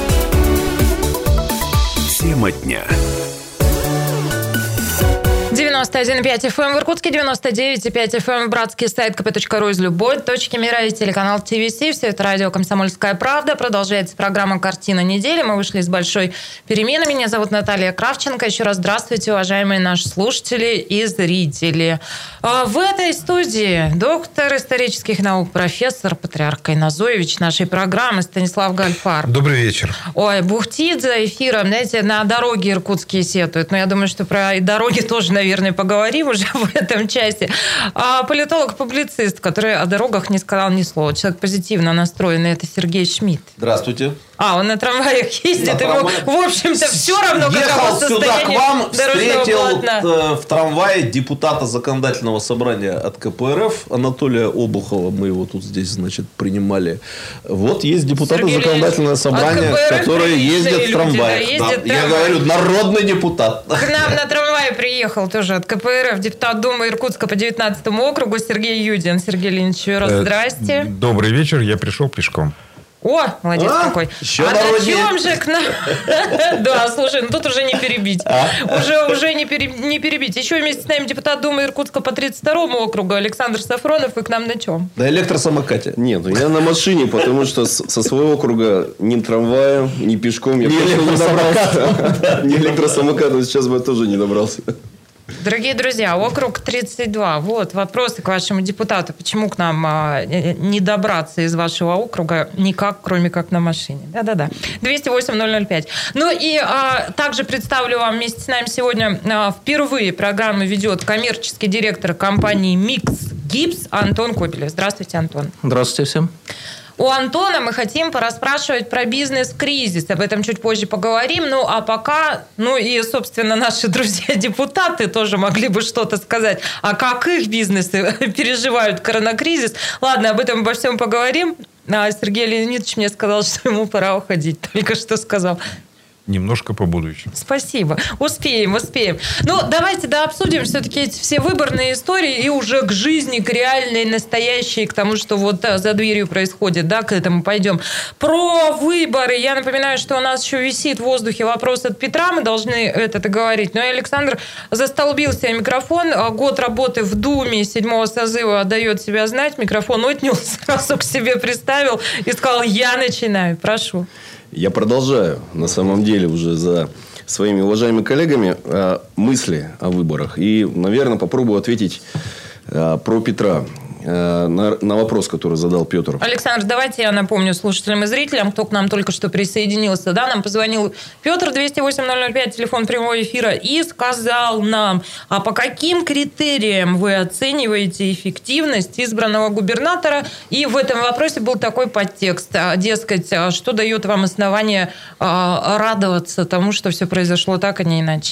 Тема дня. девяносто один и пять эф эм в Иркутске, девяносто девять и пять эф эм, братский сайт ка пэ точка ру из любой точки мира и телеканал ти ви си. Все это радио «Комсомольская правда». Продолжается программа «Картина недели». Мы вышли из большой перемены. Меня зовут Наталья Кравченко. Еще раз здравствуйте, уважаемые наши слушатели и зрители. В этой студии доктор исторических наук, профессор, патриарх Кайназоевич нашей программы Станислав Гальфар. Добрый вечер. Ой, бухтит за эфиром. Знаете, на дороге иркутские сетуют. Но я думаю, что про дороги тоже, наверное, поговорим уже в этом часе. А политолог-публицист, который о дорогах не сказал ни слова. Человек позитивно настроенный. Это Сергей Шмидт. Здравствуйте. А, он на трамваях ездит. Ему, в общем-то, все равно, каково состояние сюда к вам, дорожного встретил полотна. в трамвае депутата законодательного собрания от ка пэ эр эф Анатолия Обухова. Мы его тут здесь, значит, принимали. Вот есть депутаты Сергей законодательного собрания, которые ездят в трамвае. Да, ездят да, я трамвай. говорю, народный депутат. К нам на трамвае приехал тоже от ка пэ эр эф депутат Думы Иркутска по девятнадцатому округу Сергей Юдин. Сергей Леонидович, еще раз здрасте. Добрый вечер, я пришел пешком. О, молодец а? какой. Еще а народнее. на чем же к нам... Да, слушай, ну тут уже не перебить. Уже, уже не, пере... не перебить. Еще вместе с нами депутат Думы Иркутска по тридцать второму округу Александр Сафронов. Вы к нам на чем? На электросамокате. Нет, я на машине, потому что со своего округа ни трамваем, ни пешком я не добрался. Ни электросамокатом сейчас бы я тоже не добрался. Дорогие друзья, округ тридцать два. Вот вопросы к вашему депутату. Почему к нам а, не добраться из вашего округа никак, кроме как на машине? Да-да-да. двести восемь ноль ноль пять. Ну и а, также представлю вам вместе с нами сегодня а, впервые программу ведет коммерческий директор компании «Микс Гипс» Антон Копелев. Здравствуйте, Антон. Здравствуйте всем. У Антона мы хотим порасспрашивать про бизнес-кризис. Об этом чуть позже поговорим. Ну, а пока, ну и, собственно, наши друзья-депутаты тоже могли бы что-то сказать. А как их бизнесы переживают коронакризис? Ладно, об этом обо всем поговорим. А Сергей Леонидович мне сказал, что ему пора уходить. Только что сказал. Немножко по будущему. Спасибо. Успеем, успеем. Ну, давайте да обсудим все-таки эти все выборные истории и уже к жизни, к реальной, настоящей, к тому, что вот за дверью происходит, да, к этому пойдем. Про выборы. Я напоминаю, что у нас еще висит в воздухе вопрос от Петра. Мы должны это договорить. Но Александр застолбил себе микрофон. Год работы в Думе седьмого созыва дает себя знать. Микрофон отнял, сразу к себе приставил и сказал: я начинаю. Прошу. Я продолжаю, на самом деле, уже за своими уважаемыми коллегами э, мысли о выборах. И, наверное, попробую ответить э, про Петра. На, на вопрос, который задал Петр. Александр, давайте я напомню слушателям и зрителям, кто к нам только что присоединился. Да, нам позвонил Петр, двести восемь ноль ноль пять, телефон прямого эфира, и сказал нам, а по каким критериям вы оцениваете эффективность избранного губернатора? И в этом вопросе был такой подтекст, дескать, что дает вам основание радоваться тому, что все произошло так, а не иначе?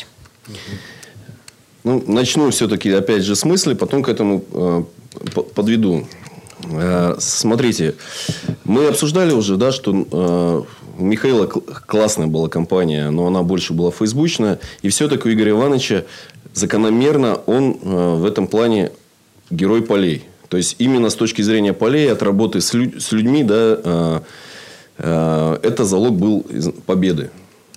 Ну, начну все-таки, опять же, с мысли, потом к этому э, подведу. Э, смотрите, мы обсуждали уже, да, что э, у Михаила классная была компания, но она больше была фейсбучная. И все-таки у Игоря Ивановича закономерно он э, в этом плане герой полей. То есть, именно с точки зрения полей, от работы с, лю- с людьми, да, э, э, это залог был победы.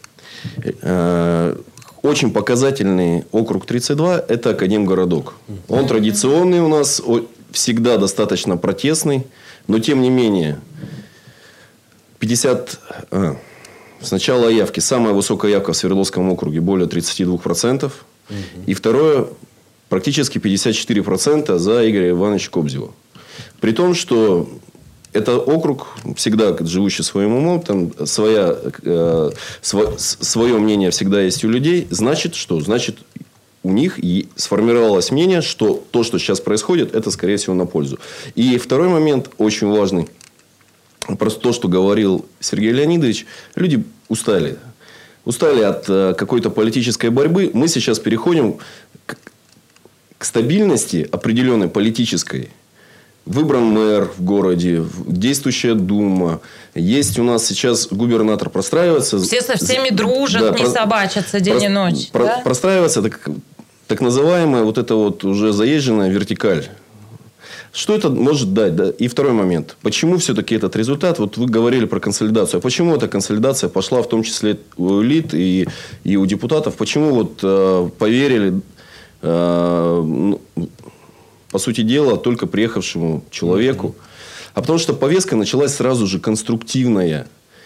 Э, Очень показательный округ тридцать два – это Академгородок. Он традиционный у нас, всегда достаточно протестный. Но, тем не менее, пятьдесят... А, сначала о явке. Самая высокая явка в Свердловском округе – более тридцать два процента. И второе – практически пятьдесят четыре процента за Игоря Ивановича Кобзева. При том, что... Это округ, всегда живущий своим умом, там своя, э, сво, свое мнение всегда есть у людей. Значит, что? Значит, у них и сформировалось мнение, что то, что сейчас происходит, это, скорее всего, на пользу. И второй момент, очень важный, просто то, что говорил Сергей Леонидович, люди устали. Устали от э, какой-то политической борьбы. Мы сейчас переходим к, к стабильности определенной политической. Выбран мэр в городе, действующая дума. Есть у нас сейчас губернатор, простраивается. Все со всеми дружат, да, не про, собачатся день про, и ночь. Про, да? Простраивается так, так называемая вот эта вот уже заезженная вертикаль. Что это может дать? Да? И второй момент. Почему все-таки этот результат? Вот вы говорили про консолидацию. А почему эта консолидация пошла в том числе у элит и, и у депутатов? Почему вот э, поверили по сути дела, только приехавшему человеку. А потому что повестка началась сразу же конструктивная.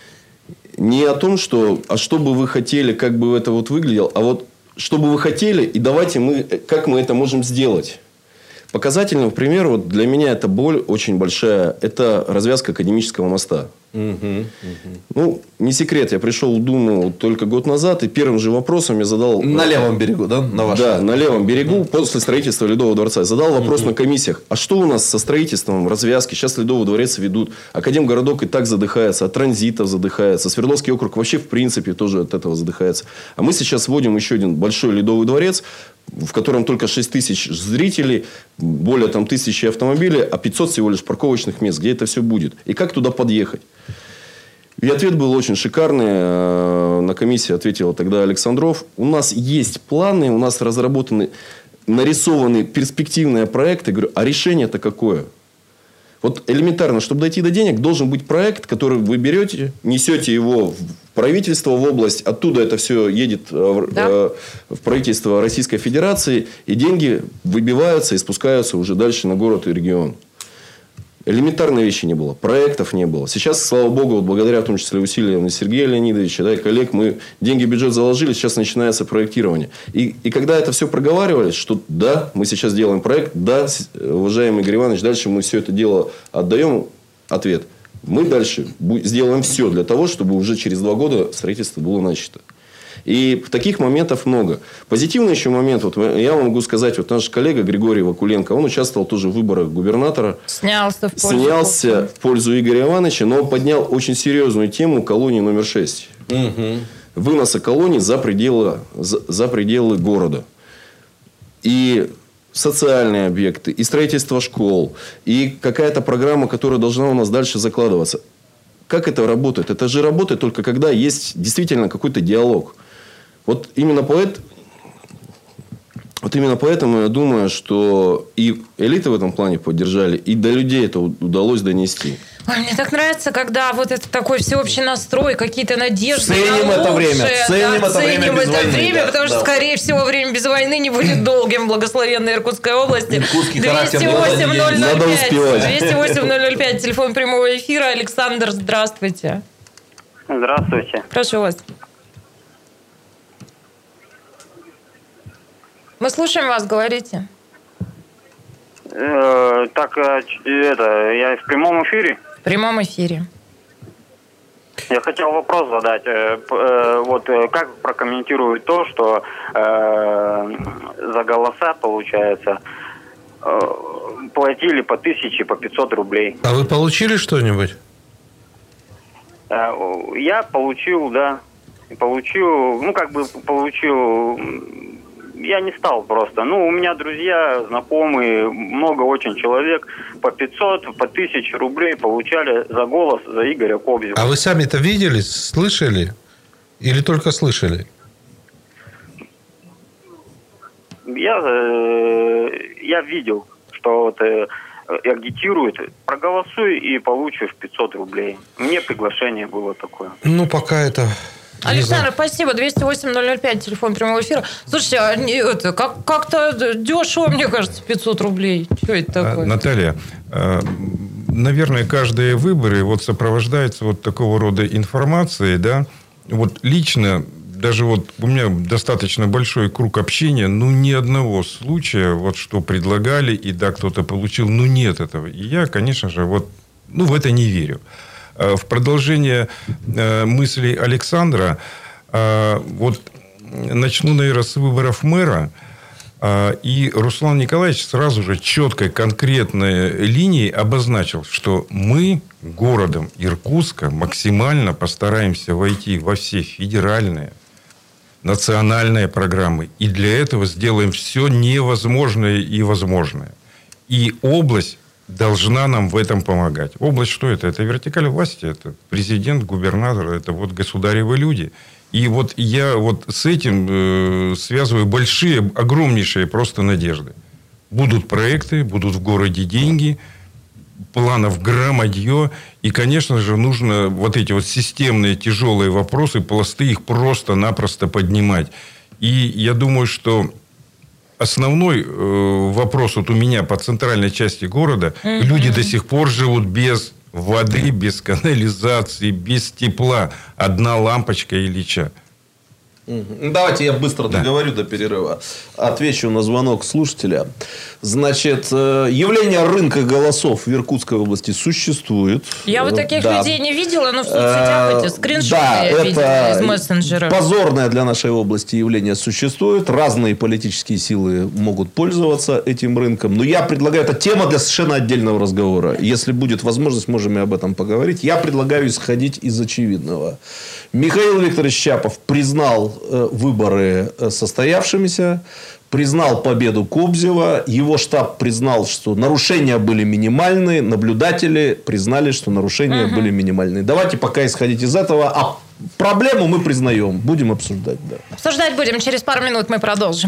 Не о том, что, а что бы вы хотели, как бы это вот выглядело, а вот что бы вы хотели, и давайте мы, как мы это можем сделать. Показательным примером, вот для меня это боль очень большая, это развязка Академического моста. Угу, угу. Ну, не секрет, я пришел в Думу только год назад, и первым же вопросом я задал... На левом берегу, да? На вашем? Да, на левом берегу, угу. после строительства Ледового дворца. Я задал вопрос угу. на комиссиях, а что у нас со строительством, развязки? Сейчас Ледовый дворец ведут, Академгородок и так задыхается, от транзитов задыхается, Свердловский округ вообще в принципе тоже от этого задыхается. А мы сейчас вводим еще один большой Ледовый дворец, в котором только шесть тысяч зрителей, более там, тысячи автомобилей, а пятьсот всего лишь парковочных мест. Где это все будет? И как туда подъехать? И ответ был очень шикарный. На комиссии ответил тогда Александров. У нас есть планы, у нас разработаны, нарисованы перспективные проекты. Я говорю, а решение-то какое? Вот элементарно, чтобы дойти до денег, должен быть проект, который вы берете, несете его в правительство, в область, оттуда это все едет да. в правительство Российской Федерации, и деньги выбиваются и спускаются уже дальше на город и регион. Элементарной вещи не было, проектов не было. Сейчас, слава богу, вот благодаря в том числе усилиям Сергея Леонидовича, да, и коллег, мы деньги в бюджет заложили, сейчас начинается проектирование. И, и когда это все проговаривали, что да, мы сейчас делаем проект, да, уважаемый Игорь Иванович, дальше мы все это дело отдаем, ответ. Мы дальше сделаем все для того, чтобы уже через два года строительство было начато. И таких моментов много. Позитивный еще момент, вот я вам могу сказать, вот наш коллега Григорий Вакуленко, он участвовал тоже в выборах губернатора. Снялся в пользу, снялся в пользу Игоря Ивановича, но поднял очень серьезную тему колонии номер шесть. Угу. Выноса колоний за пределы, за, за пределы города. И социальные объекты, и строительство школ, и какая-то программа, которая должна у нас дальше закладываться. Как это работает? Это же работает только когда есть действительно какой-то диалог. Вот именно поэт... Вот именно поэтому я думаю, что и элиты в этом плане поддержали, и до людей это удалось донести. Ой, мне так нравится, когда вот это такой всеобщий настрой, какие-то надежды ценим на лучшее. это время, ценим да, это время ценим без это войны, время, да, потому да. что, скорее всего, время без войны не будет долгим в благословенной Иркутской области. Иркутский характер двести восемь ноль ноль пять, двести восемь ноль ноль пять, телефон прямого эфира. Александр, здравствуйте. Здравствуйте. Прошу вас. Мы слушаем вас, говорите. Э, так, это, я в прямом эфире? В прямом эфире. Я хотел вопрос задать. Э, э, вот э, как прокомментируют то, что э, за голоса, получается, э, платили по тысяче, по пятьсот рублей. А вы получили что-нибудь? Э, я получил, да. Получил, ну, как бы получил... Я не стал просто. Ну, у меня друзья, знакомые, много очень человек по пятьсот, по тысяче рублей получали за голос за Игоря Кобзева. А вы сами-то видели, слышали? Или только слышали? Я, э, я видел, что вот, э, агитируют. Проголосуй и получишь пятьсот рублей. Мне приглашение было такое. Ну, пока это... Александр, спасибо. двести восемь ноль ноль пять, телефон прямого эфира. Слушайте, а это, как, как-то дешево, мне кажется, пятьсот рублей. Что это такое? Наталья, наверное, каждые выборы вот сопровождаются вот такого рода информацией, да. Вот лично, даже вот у меня достаточно большой круг общения, ну, ни одного случая, вот что предлагали, и да, кто-то получил, ну, нет этого. И я, конечно же, вот, ну, в это не верю. В продолжение э, мыслей Александра, э, вот начну, наверное, с выборов мэра. Э, и Руслан Николаевич сразу же четкой, конкретной линией обозначил, что мы городом Иркутска максимально постараемся войти во все федеральные, национальные программы. И для этого сделаем все невозможное и возможное. И область должна нам в этом помогать. Область что это? Это вертикаль власти, это президент, губернатор, это вот государевы люди. И вот я вот с этим э, связываю большие, огромнейшие просто надежды. Будут проекты, будут в городе деньги, планов громадье. И, конечно же, нужно вот эти вот системные тяжелые вопросы, пласты, их просто-напросто поднимать. И я думаю, что основной э, вопрос вот у меня по центральной части города. Mm-hmm. Люди до сих пор живут без воды, без канализации, без тепла. Одна лампочка Ильича. Давайте я быстро да. договорю до перерыва. Отвечу на звонок слушателя. Значит, явление рынка голосов в Иркутской области существует. Я вот таких да. людей не видела, но в соцсетях эти скриншоты да, я видела из это мессенджеров. Позорное для нашей области явление существует. Разные политические силы могут пользоваться этим рынком. Но я предлагаю, это тема для совершенно отдельного разговора. Если будет возможность, можем и об этом поговорить. Я предлагаю исходить из очевидного. Михаил Викторович Чапов признал выборы состоявшимися, признал победу Кобзева, его штаб признал, что нарушения были минимальные, наблюдатели признали, что нарушения угу. были минимальные. Давайте пока исходить из этого, а проблему мы признаем, будем обсуждать. Да. Обсуждать будем, через пару минут мы продолжим.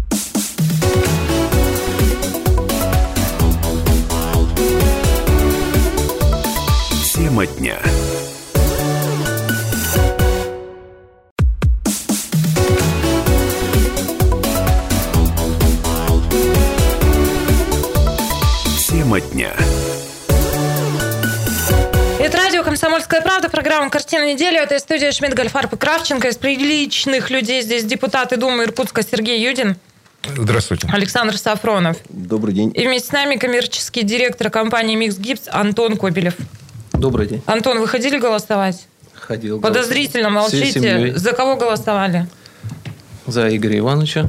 Тема дня. Тема дня. Это радио «Комсомольская правда», программа «Картина недели». Это студия Шмидт, Гольфарб и Кравченко. Из приличных людей здесь депутаты Думы Иркутска Сергей Юдин. Здравствуйте. Александр Сафронов. Добрый день. И вместе с нами коммерческий директор компании «Микс Гипс» Антон Кобелев. Добрый день. Антон, вы ходили голосовать? Ходил. Подозрительно молчите. За кого голосовали? За Игоря Ивановича.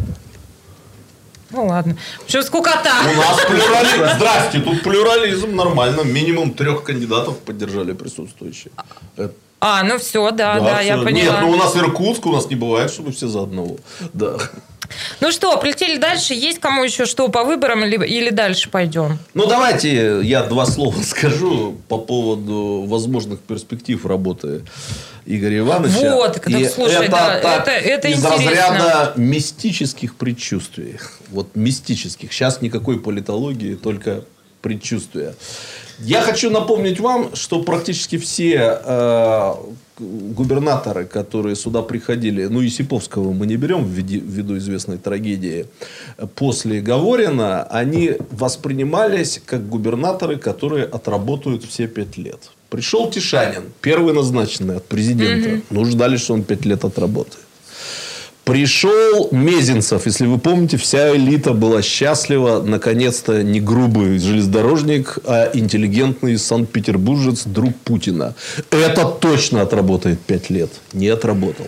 Ну ладно. Что скукота? У нас плюрализм. Здрасте, тут плюрализм нормально. Минимум трех кандидатов поддержали присутствующие. А, ну все, да, да, да все. я поняла. Нет, ну у нас Иркутск, у нас не бывает, чтобы все за одного. Да. Ну что, полетели дальше. Есть кому еще что по выборам или, или дальше пойдем? Ну, давайте я два слова скажу по поводу возможных перспектив работы Игоря Ивановича. Вот, когда, слушай, это, да, так, это, это из интересно. разряда мистических предчувствий. Вот мистических. Сейчас никакой политологии, только предчувствия. Я хочу напомнить вам, что практически все э, губернаторы, которые сюда приходили, ну, Есиповского мы не берем ввиду известной трагедии, после Гаворина, они воспринимались как губернаторы, которые отработают все пять лет. Пришел Тишанин, первый назначенный от президента. Mm-hmm. Ну, ждали, что он пять лет отработает. Пришел Мезенцев, если вы помните, вся элита была счастлива. Наконец-то не грубый железнодорожник, а интеллигентный санкт-петербуржец, друг Путина. Это точно отработает пять лет. Не отработал.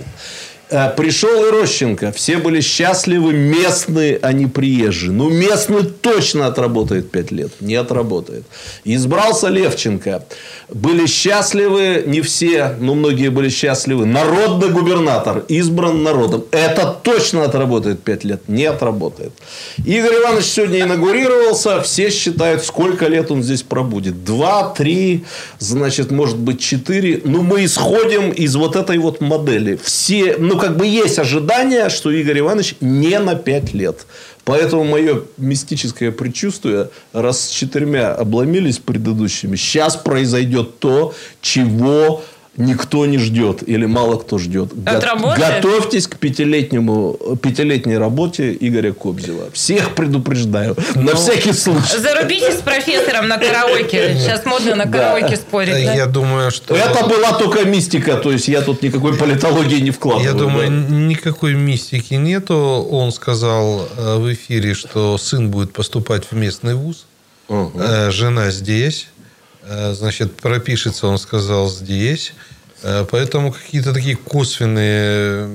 Пришел Ирощенко. Все были счастливы. Местные, а не приезжие. Ну, местный точно отработает пять лет. Не отработает. Избрался Левченко. Были счастливы. Не все, но многие были счастливы. Народный губернатор. Избран народом. Это точно отработает пять лет. Не отработает. Игорь Иванович сегодня инаугурировался. Все считают, сколько лет он здесь пробудет. Два, три, значит, может быть, четыре. Но мы исходим из вот этой вот модели. Все... Ну, как бы есть ожидание, что Игорь Иванович не на пять лет. Поэтому мое мистическое предчувствие, раз с четырьмя обломились предыдущими, сейчас произойдет то, чего никто не ждет. Или мало кто ждет. Го- готовьтесь к пятилетнему, пятилетней работе Игоря Кобзева. Всех предупреждаю. Ну, на всякий случай. Зарубитесь с профессором на караоке. Сейчас модно на караоке да. спорить. Да? Я думаю, что... Это была только мистика. То есть, я тут никакой политологии не вкладываю. Я думаю, да. никакой мистики нету. Он сказал в эфире, что сын будет поступать в местный вуз. Угу. Жена здесь. Значит, пропишется, он сказал, здесь. Поэтому какие-то такие косвенные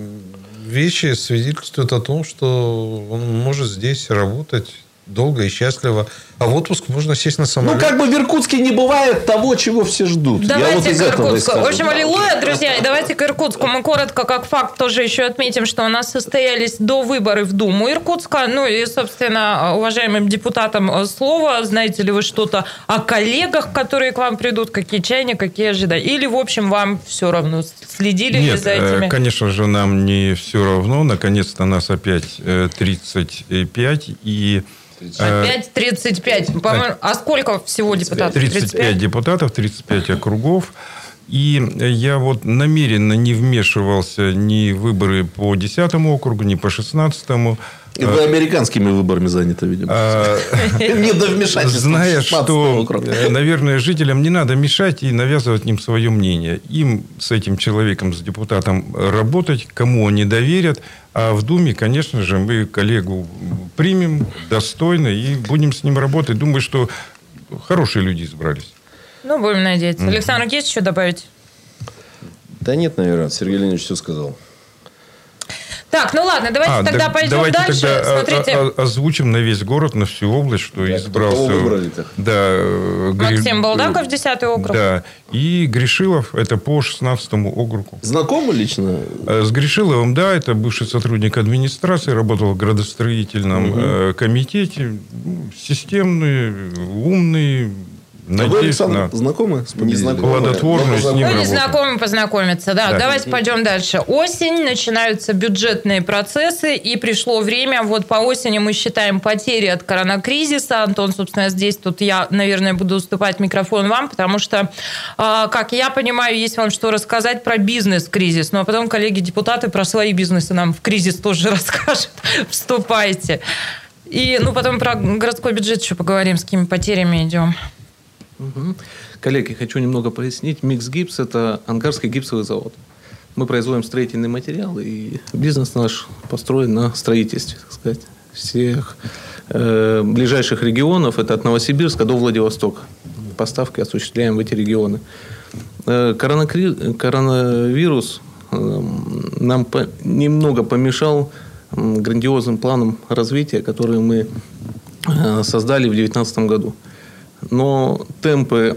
вещи свидетельствуют о том, что он может здесь работать долго и счастливо. А в отпуск можно сесть на самолет. Ну, как бы в Иркутске не бывает того, чего все ждут. Давайте Я вот из к этого Иркутску. В общем, аллилуйя, друзья. И давайте к Иркутску. Мы коротко, как факт, тоже еще отметим, что у нас состоялись до выборы в Думу Иркутска. Ну и, собственно, уважаемым депутатам слово. Знаете ли вы что-то о коллегах, которые к вам придут? Какие чаяния, какие ожидания? Или, в общем, вам все равно? Следили ли Нет, за этими? Конечно же, нам не все равно. Наконец-то нас опять тридцать пять. И... Опять тридцать пять. По-моему, а сколько всего депутатов? тридцать пять депутатов, тридцать пять округов. И я вот намеренно не вмешивался ни в выборы по десятому округу, ни по шестнадцатому. Вы американскими выборами заняты, видимо. Не до вмешательства. Зная, что, наверное, жителям не надо мешать и навязывать им свое мнение. Им с этим человеком, с депутатом работать, кому они доверят. А в Думе, конечно же, мы коллегу примем достойно и будем с ним работать. Думаю, что хорошие люди избрались. Ну, будем надеяться. Mm-hmm. Александр, есть еще добавить? Да нет, наверное. Сергей Леонидович все сказал. Так, ну ладно, давайте а, тогда да, пойдем давайте дальше. Тогда Смотрите. О- о- озвучим на весь город, на всю область, что да, избрался... Кого выбрали-то? Да, Максим Балдаков, десятый округ. Да, и Гришилов, это по шестнадцатому округу. Знакомы лично? С Гришиловым, да, это бывший сотрудник администрации, работал в градостроительном угу. комитете. Системный, умный... А вы, Александр, знакомы с победителем? Плодотворно с ним Ну, не знакомы, познакомиться. Да, да, давайте пойдем дальше. Осень, начинаются бюджетные процессы, и пришло время. Вот по осени мы считаем потери от коронакризиса. Антон, собственно, здесь тут я, наверное, буду уступать микрофон вам, потому что, как я понимаю, есть вам что рассказать про бизнес-кризис. Ну, а потом коллеги-депутаты про свои бизнесы нам в кризис тоже расскажут. Вступайте. И, ну, потом про городской бюджет еще поговорим, с какими потерями идем. Угу. Коллеги, хочу немного пояснить. Микс Гипс – это ангарский гипсовый завод. Мы производим строительные материалы, и бизнес наш построен на строительстве, так сказать, всех э, ближайших регионов. Это от Новосибирска до Владивостока. Поставки осуществляем в эти регионы. Э, коронакри... Коронавирус э, нам по... немного помешал э, грандиозным планом развития, который мы э, создали в две тысячи девятнадцатом году. Но темпы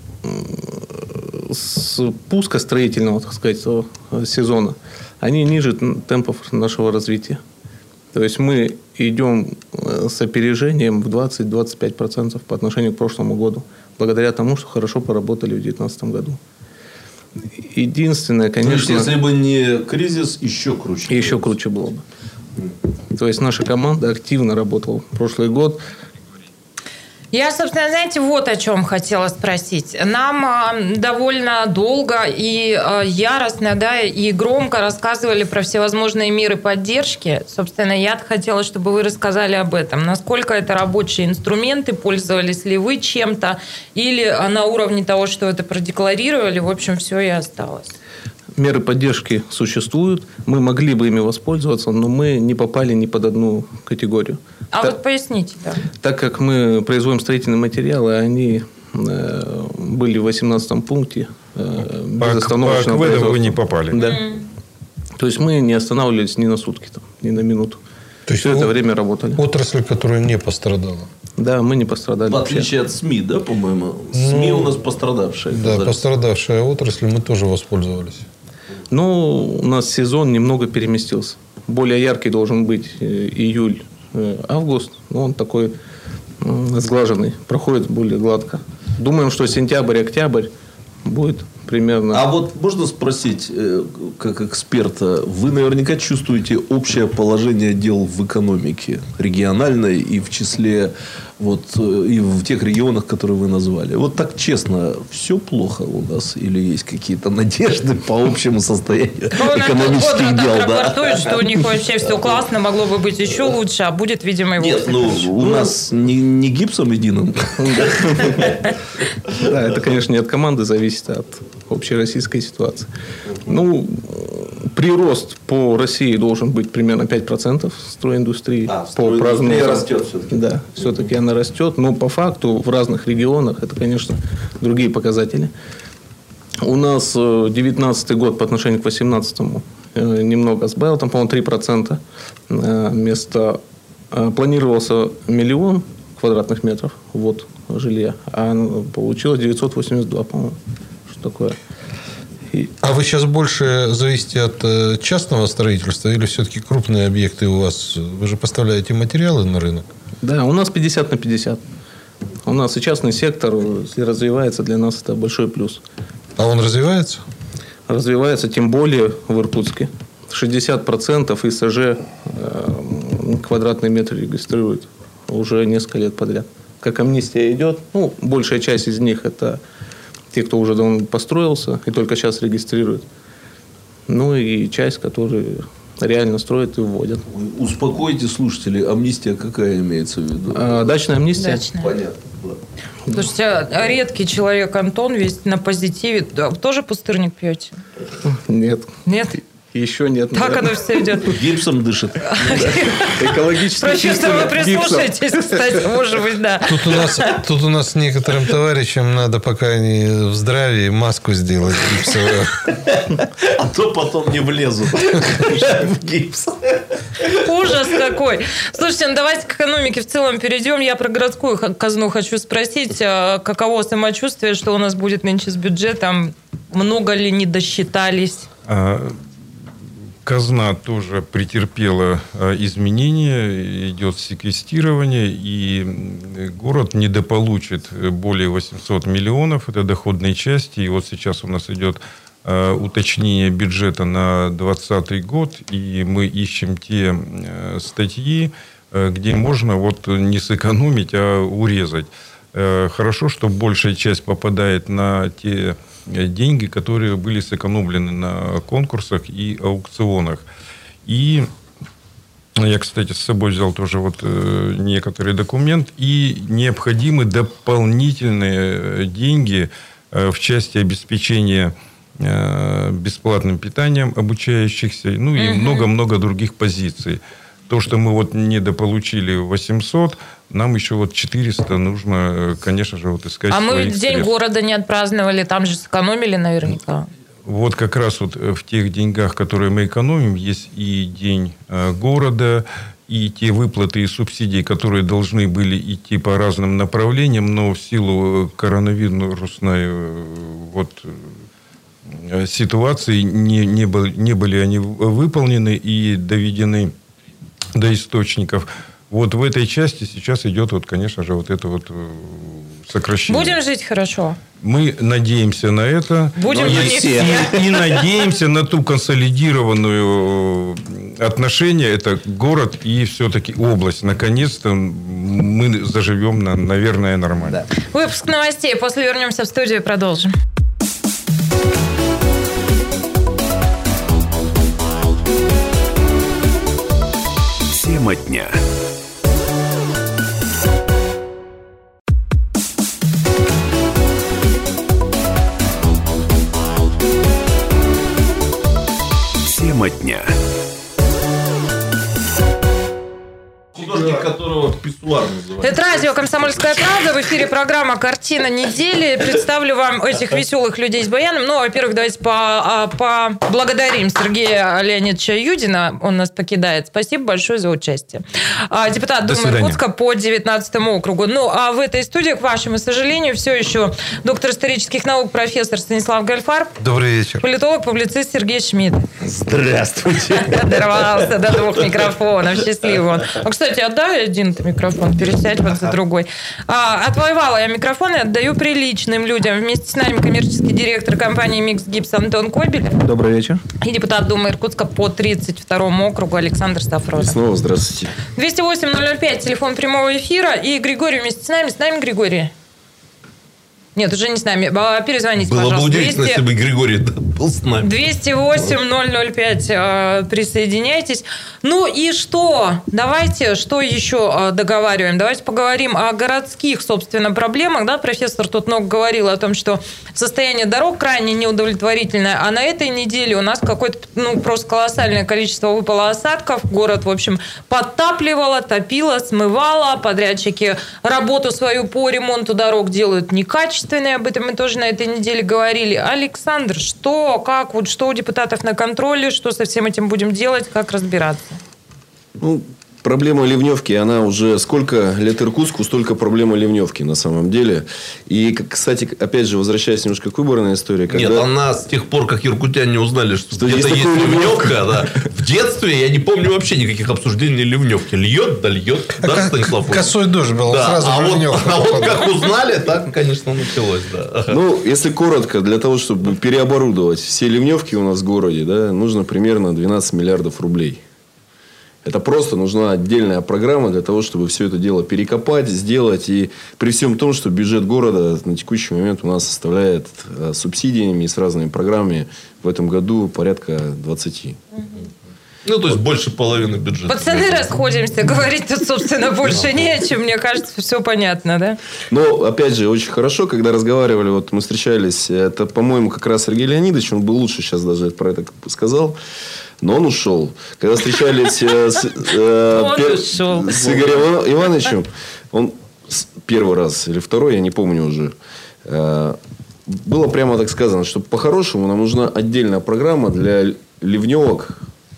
спуска строительного, так сказать, сезона, они ниже темпов нашего развития. То есть мы идем с опережением в двадцать-двадцать пять процентов по отношению к прошлому году, благодаря тому, что хорошо поработали в две тысячи девятнадцатом году. Единственное, конечно... То есть, если бы не кризис, еще круче. Еще круче было бы. То есть наша команда активно работала прошлый год. Я, собственно, знаете, вот о чем хотела спросить. Нам э, довольно долго и э, яростно, да, и громко рассказывали про всевозможные меры поддержки. Собственно, я хотела, чтобы вы рассказали об этом. Насколько это рабочие инструменты, пользовались ли вы чем-то, или на уровне того, что это продекларировали, в общем, все и осталось. Меры поддержки существуют. Мы могли бы ими воспользоваться, но мы не попали ни под одну категорию. А так, вот поясните, да. Так как мы производим строительные материалы, они э, были в восемнадцатом пункте э, безостановочного производства. По кведам вы не попали. Да. Mm. То есть мы не останавливались ни на сутки, там, ни на минуту. То есть все это время работали. Отрасль, которая не пострадала. Да, мы не пострадали. В отличие вообще. От СМИ, да, по-моему? СМИ ну, у нас пострадавшая. Да, казалось. Пострадавшая отрасль, мы тоже воспользовались. Ну, у нас сезон немного переместился. Более яркий должен быть июль, август. Но он такой сглаженный, проходит более гладко. Думаем, что сентябрь, октябрь будет примерно... А вот можно спросить, как эксперта, вы наверняка чувствуете общее положение дел в экономике региональной и в числе вот и в тех регионах, которые вы назвали. Вот так честно, все плохо у нас или есть какие-то надежды по общему состоянию ну, экономических дел? Он рапортует, что у них вообще все классно, могло бы быть еще лучше, а будет, видимо, его... Нет, ну, у нас не, не гипсом единым. Да, это, конечно, не от команды зависит, а от общероссийской ситуации. Ну, прирост по России должен быть примерно пять процентов стройиндустрии. А, по прогнозам растет все-таки. Да, все-таки она растет. Но по факту в разных регионах это, конечно, другие показатели. У нас девятнадцатый год по отношению к восемнадцатому немного сбавил. Там, по-моему, три процента. Вместо... Планировался миллион квадратных метров вот, жилья, а получилось девятьсот восемьдесят два, по-моему. Что такое? И... А вы сейчас больше зависите от частного строительства или все-таки крупные объекты у вас? Вы же поставляете материалы на рынок? Да, у нас пятьдесят на пятьдесят. У нас и частный сектор, если развивается, для нас это большой плюс. А он развивается? Развивается, тем более в Иркутске. шестьдесят процентов ИСЖ квадратный метр регистрирует уже несколько лет подряд. Как амнистия идет, ну, большая часть из них это те, кто уже давно построился и только сейчас регистрирует. Ну и часть, которые реально строят и вводят. Успокойте слушателей, амнистия какая имеется в виду? А, дачная амнистия? Дачная. Понятно. Да. Слушайте, а редкий человек Антон весь на позитиве. Тоже пустырник пьете? Нет. Нет? Еще нет. Так оно все идет. Гипсом дышит. Экологически Профессор, вы прислушаетесь, кстати, может быть, да. Тут у нас, тут у нас некоторым товарищам надо, пока они в здравии, маску сделать гипсовую. А то потом не влезут в гипс. Ужас какой. Слушайте, ну давайте к экономике в целом перейдем. Я про городскую казну хочу спросить. Каково самочувствие, что у нас будет нынче с бюджетом? Много ли не досчитались? Казна тоже претерпела изменения, идет секвестирование, и город недополучит более восемьсот миллионов, это доходной части. И вот сейчас у нас идет уточнение бюджета на двадцатый год, и мы ищем те статьи, где можно вот не сэкономить, а урезать. Хорошо, что большая часть попадает на те деньги, которые были сэкономлены на конкурсах и аукционах. И я, кстати, с собой взял тоже вот некоторый документ. И необходимы дополнительные деньги в части обеспечения бесплатным питанием обучающихся, ну и много-много других позиций. То, что мы вот недополучили восемьсот, нам еще вот четыреста нужно, конечно же, вот искать. А мы День средств. города не отпраздновали, там же сэкономили наверняка. Вот как раз вот в тех деньгах, которые мы экономим, есть и День города, и те выплаты и субсидии, которые должны были идти по разным направлениям, но в силу коронавирусной вот ситуации не, не, были, не были они выполнены и доведены до источников. Вот в этой части сейчас идет, вот, конечно же, вот это вот сокращение. Будем жить хорошо. Мы надеемся на это. Будем и, не все. И, и надеемся на ту консолидированную отношение. Это город и все-таки область. Наконец-то мы заживем, на, наверное, нормально. Да. Выпуск новостей. После вернемся в студию и продолжим. Тема дня. Тема дня. Художник, которого писсуар называют. Это радио «Комсомольская правда». В эфире программа «Картина недели». Представлю вам этих веселых людей с баяном. Ну, во-первых, давайте поблагодарим Сергея Леонидовича Юдина. Он нас покидает. Спасибо большое за участие. Депутат Думы Иркутска по девятнадцатому округу. Ну, а в этой студии, к вашему сожалению, все еще доктор исторических наук, профессор Станислав Гольфарб. Добрый вечер. Политолог, публицист Сергей Шмидт. Здравствуйте. Дорвался до двух микрофонов. Счастливый он. А, кстати, отдай один микрофон, пересядь вот за другой. А, отвоевала я микрофон и отдаю приличным людям. Вместе с нами коммерческий директор компании «Микс Гипс» Антон Кобелев. Добрый вечер. И депутат Думы Иркутска по тридцать второму округу Александр Стафрозов. Снова здравствуйте. двести восемь ноль ноль пять, телефон прямого эфира. И Григорий вместе с нами. С нами Григорий? Нет, уже не с нами. Перезвоните, Было пожалуйста. бы удивительно, двести... если бы Григорий был с нами. двести восемь ноль ноль пять. Присоединяйтесь. Ну и что? Давайте, что еще договариваем? Давайте поговорим о городских, собственно, проблемах. Да, профессор тут много говорил о том, что состояние дорог крайне неудовлетворительное. А на этой неделе у нас какое-то, ну, просто колоссальное количество выпало осадков. Город, в общем, подтапливало, топило, смывало. Подрядчики работу свою по ремонту дорог делают некачественно. Об этом мы тоже на этой неделе говорили. Александр, что, как, вот что у депутатов на контроле, что со всем этим будем делать, как разбираться? Ну, проблема ливневки, она уже сколько лет Иркутску, столько проблема ливневки на самом деле. И, кстати, опять же, возвращаясь немножко к выборной истории. Когда... Нет, она с тех пор, как иркутяне узнали, что, что где-то есть, есть ливневка, да. В детстве я не помню вообще никаких обсуждений ливневки. Льет, да льет. А да, Станислав? Косой дождь был, да. сразу а ливневка. Вот, а вот как узнали, так, конечно, началось. Да. Ну, если коротко, для того, чтобы переоборудовать все ливневки у нас в городе, да, нужно примерно двенадцать миллиардов рублей. Это просто нужна отдельная программа для того, чтобы все это дело перекопать, сделать. И при всем том, что бюджет города на текущий момент у нас составляет субсидиями и с разными программами в этом году порядка двадцати. Ну, то есть, больше половины бюджета. Пацаны, расходимся. Говорить тут, собственно, больше не о чем. Мне кажется, все понятно, да? Но, опять же, очень хорошо, когда разговаривали, вот мы встречались, это, по-моему, как раз Сергей Леонидович, он был лучше сейчас даже про это сказал, но он ушел. Когда встречались с Игорем Ивановичем, он первый раз или второй, я не помню уже, было прямо так сказано, что по-хорошему нам нужна отдельная программа для ливневок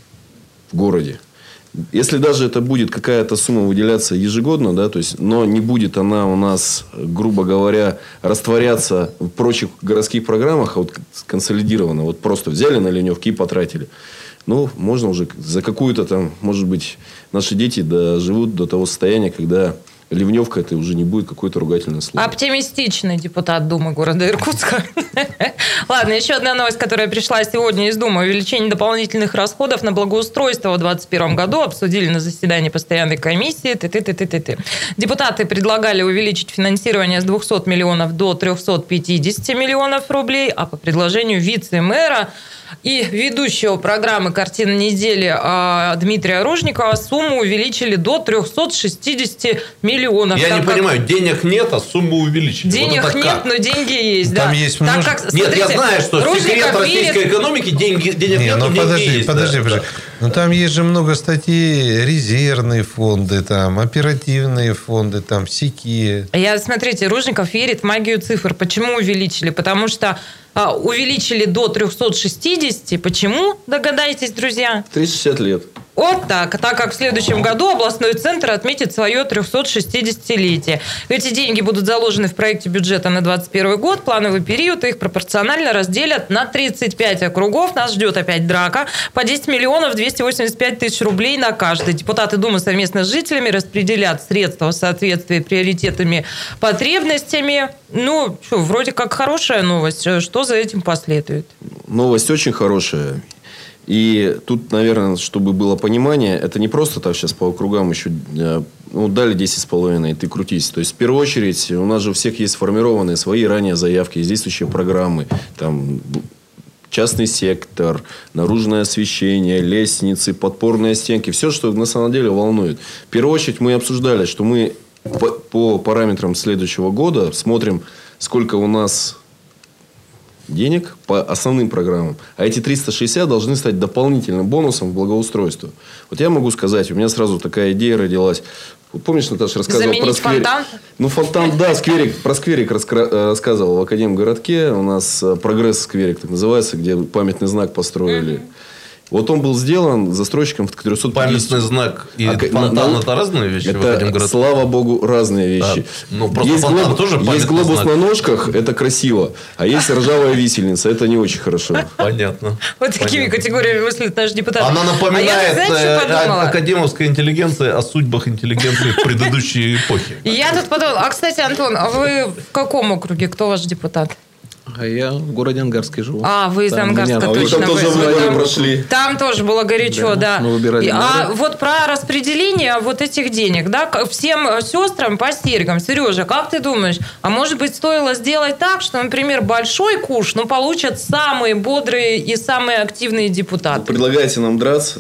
в городе. Если даже это будет какая-то сумма выделяться ежегодно, да, то есть, но не будет она у нас, грубо говоря, растворяться в прочих городских программах, а вот консолидированно, вот просто взяли на ливневки и потратили. Ну, можно уже за какую-то там, может быть, наши дети доживут до того состояния, когда ливневка это уже не будет какое-то ругательное слово. Оптимистичный депутат Думы города Иркутска. Ладно, еще одна новость, которая пришла сегодня из Думы. Увеличение дополнительных расходов на благоустройство в двадцать первом году обсудили на заседании постоянной комиссии. Ты-ты-ты-ты-ты. Депутаты предлагали увеличить финансирование с двухсот миллионов до трехсот пятидесяти миллионов рублей, а по предложению вице-мэра и ведущего программы «Картина недели» Дмитрия Ружникова сумму увеличили до трехсот шестидесяти миллионов. Я так не как... понимаю, денег нет, а сумму увеличили. Денег вот нет, как? Но деньги есть. Там да. есть так множ... как, нет, смотрите, я знаю, что Ружников секрет российской верит... экономики деньги, денег не, нет, но деньги подожди, есть. подожди, да. подожди. Но там есть же много статей, резервные фонды, там, оперативные фонды, там, сики. Я, смотрите, Ружников верит в магию цифр. Почему увеличили? Потому что а, увеличили до трехсот шестидесяти. Почему? Догадайтесь, друзья. триста шестьдесят лет. Вот так. Так как в следующем году областной центр отметит свое трехсот шестидесятилетие. Эти деньги будут заложены в проекте бюджета на двадцать первый год. Плановый период их пропорционально разделят на тридцать пять округов. Нас ждет опять драка. По десять миллионов двести восемьдесят пять тысяч рублей на каждый. Депутаты Думы совместно с жителями распределят средства в соответствии с приоритетами, потребностями. Ну, что, вроде как хорошая новость. Что за этим последует? Новость очень хорошая. И тут, наверное, чтобы было понимание, это не просто так сейчас по округам еще ну, дали десять с половиной, и ты крутись. То есть, в первую очередь, у нас же у всех есть сформированные свои ранее заявки, есть действующие программы, там, частный сектор, наружное освещение, лестницы, подпорные стенки. Все, что на самом деле волнует. В первую очередь, мы обсуждали, что мы по, по параметрам следующего года смотрим, сколько у нас денег по основным программам. А эти триста шестьдесят должны стать дополнительным бонусом в благоустройство. Вот я могу сказать, у меня сразу такая идея родилась. Помнишь, Наташа рассказывала Заменить про скверик? Фонтан? Ну, фонтан, да, скверик. Про скверик раскра... рассказывал в Академгородке. У нас прогресс скверик так называется, где памятный знак построили. Mm-hmm. Вот он был сделан застройщиком в трехсот пятидесяти. Памятный знак и а, фонтан ну, это разные вещи? Это, слава богу, разные вещи. Да. Ну, просто есть фонтан глоб... тоже памятный Есть глобус знак. на ножках, это красиво. А есть ржавая висельница, это не очень хорошо. Понятно. Вот такими Понятно. категориями мыслит наш депутат. Она напоминает а я, знаете, э, академовской интеллигенции о судьбах интеллигенции в предыдущей эпохе. Я тут подумала. А, кстати, Антон, а вы в каком округе? Кто ваш депутат? А я в городе Ангарске живу. А, вы из там Ангарска, меня... точно. Там тоже выборы прошли. Там тоже было горячо, да. да. Мы выбирали И, а мэра. вот про распределение вот этих денег, да, всем сестрам по серьгам. Сережа, как ты думаешь, а может быть стоило сделать так, что, например, большой куш, ну, получат самые бодрые и самые активные депутаты? Предлагаете нам драться?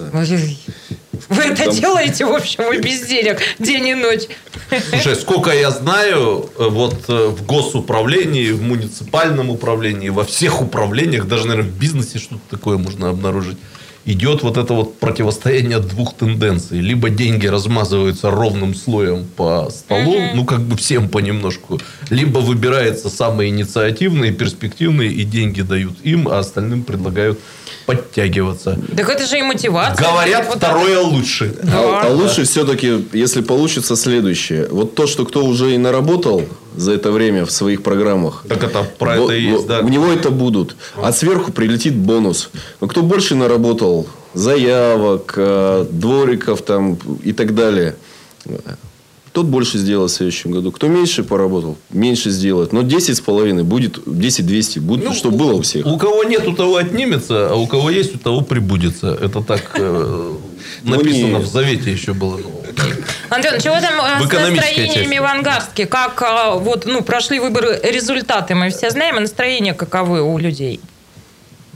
Вы это Там... делаете, в общем, и без денег, день и ночь. Слушай, сколько я знаю, вот в госуправлении, в муниципальном управлении, во всех управлениях, даже, наверное, в бизнесе что-то такое можно обнаружить, идет вот это вот противостояние двух тенденций. Либо деньги размазываются ровным слоем по столу, mm-hmm. ну, как бы всем понемножку, либо выбираются самые инициативные, перспективные, и деньги дают им, а остальным предлагают подтягиваться. Так это же и мотивация. Говорят, вот второе это... лучше. Да. А, а лучше все-таки, если получится следующее. Вот то, что кто уже и наработал за это время в своих программах. Так это про в, это и есть, да. У него это будут. А сверху прилетит бонус. Но кто больше наработал заявок, двориков там и так далее, тот больше сделает в следующем году. Кто меньше поработал, меньше сделает. Но десять с половиной будет, десять двести будет, ну, что было у всех. У кого нет, у того отнимется, а у кого есть, у того прибудется. Это так э, написано в Завете еще было. Антон, чего там с настроениями в Ангарске? Как вот, ну, прошли выборы, результаты мы все знаем, а настроения каковы у людей?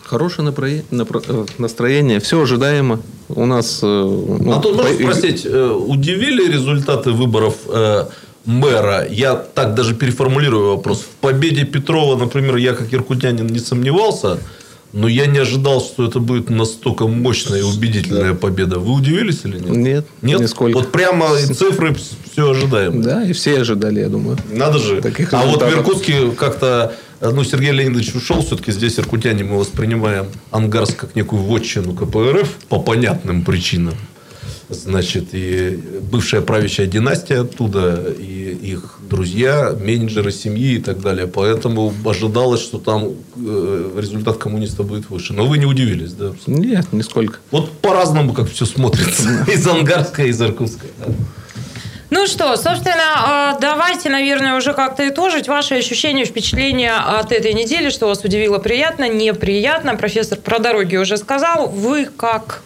Хорошее настроение, все ожидаемо. У нас... Ну, Антон, можешь спросить, удивили результаты выборов мэра? Я так даже переформулирую вопрос. В победе Петрова, например, я как иркутянин не сомневался, но я не ожидал, что это будет настолько мощная и убедительная да. победа. Вы удивились или нет? Нет, нет? нисколько. Вот прямо цифры все ожидаем. Да, и все ожидали, я думаю. Надо же. Таких а результатов. вот в Иркутске как-то... Ну, Сергей Леонидович ушел. Все-таки здесь, иркутяне, мы воспринимаем Ангарск как некую вотчину ка пэ эр эф по понятным причинам. Значит, и бывшая правящая династия оттуда, и их друзья, менеджеры семьи и так далее. Поэтому ожидалось, что там результат коммунистов будет выше. Но вы не удивились, да? Нет, нисколько. Вот по-разному как все смотрится. Из Ангарска, из Иркутска. Ну что, собственно, давайте, наверное, уже как-то итожить ваши ощущения, впечатления от этой недели, что вас удивило приятно, неприятно. Профессор про дороги уже сказал. Вы как?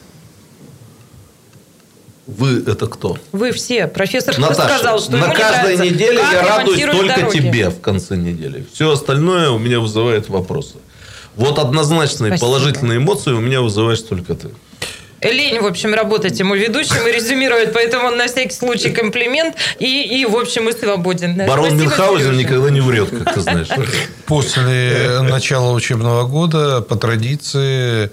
Вы это кто? Вы все. Профессор Наташа, сказал, что на ему не каждой нравится, неделе как я радуюсь только дороги. тебе в конце недели. Все остальное у меня вызывает вопросы. Вот однозначные Спасибо. Положительные эмоции у меня вызываешь только ты. Лень, в общем, работать ему ведущим и резюмировать, поэтому он на всякий случай комплимент и, и в общем, и свободен. Да. Барон Спасибо, Мюнхгаузен Сережа. никогда не врет, как ты знаешь. После начала учебного года, по традиции,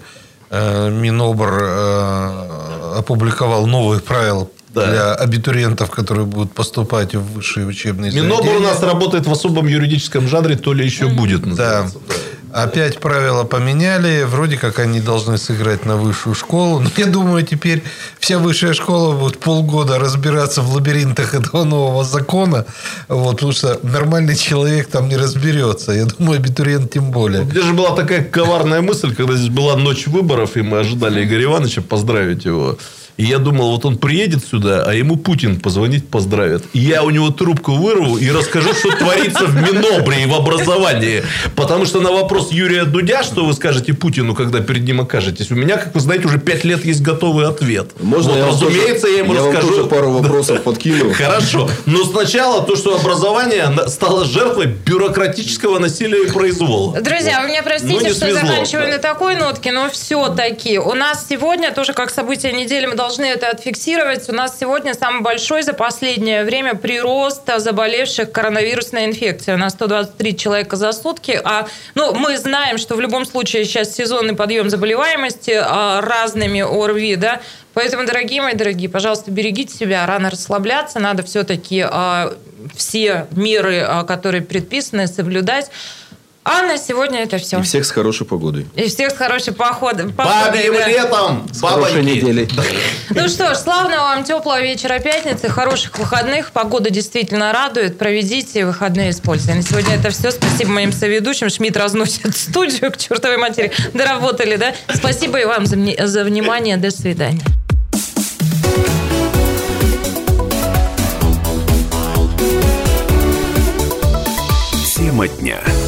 Минобр опубликовал новые правила Да. для абитуриентов, которые будут поступать в высшие учебные заведения. Минобр у нас работает в особом юридическом жанре, то ли еще будет Да. называться. Да. Опять правила поменяли. Вроде как они должны сыграть на высшую школу. Но я думаю, теперь вся высшая школа будет полгода разбираться в лабиринтах этого нового закона. Вот, потому что нормальный человек там не разберется. Я думаю, абитуриент тем более. Где же была такая коварная мысль, когда здесь была ночь выборов, и мы ожидали Игоря Ивановича поздравить его. И я думал, вот он приедет сюда, а ему Путин позвонить поздравит. И я у него трубку вырву и расскажу, что творится в Минобре и в образовании. Потому что на вопрос Юрия Дудя, что вы скажете Путину, когда перед ним окажетесь, у меня, как вы знаете, уже пять лет есть готовый ответ. Можно вот, я разумеется, тоже, я ему я расскажу. вам тоже пару вопросов подкину. Хорошо. Но сначала то, что образование стало жертвой бюрократического насилия и произвола. Друзья, вы меня простите, Ну, не что свезло, заканчиваем да. на такой нотке, но все-таки у нас сегодня, тоже как событие недели, мы должны это отфиксировать. У нас сегодня самый большой за последнее время прирост заболевших коронавирусной инфекцией. У нас сто двадцать три человека за сутки. А, ну, мы знаем, что в любом случае сейчас сезонный подъем заболеваемости а, разными ОРВИ, да. Поэтому, дорогие мои дорогие, пожалуйста, берегите себя, рано расслабляться. Надо все-таки а, все меры, а, которые предписаны, соблюдать. А на сегодня это все. И всех с хорошей погодой. И всех с хорошей походой. Бабьим да. летом! С хорошей неделей. Ну что ж, славного вам теплого вечера пятницы, хороших выходных. Погода действительно радует. Проведите выходные с пользой. На сегодня это все. Спасибо моим соведущим. Шмидт разносит студию к чертовой матери. Доработали, да? Спасибо и вам за, за внимание. До свидания. Тема дня.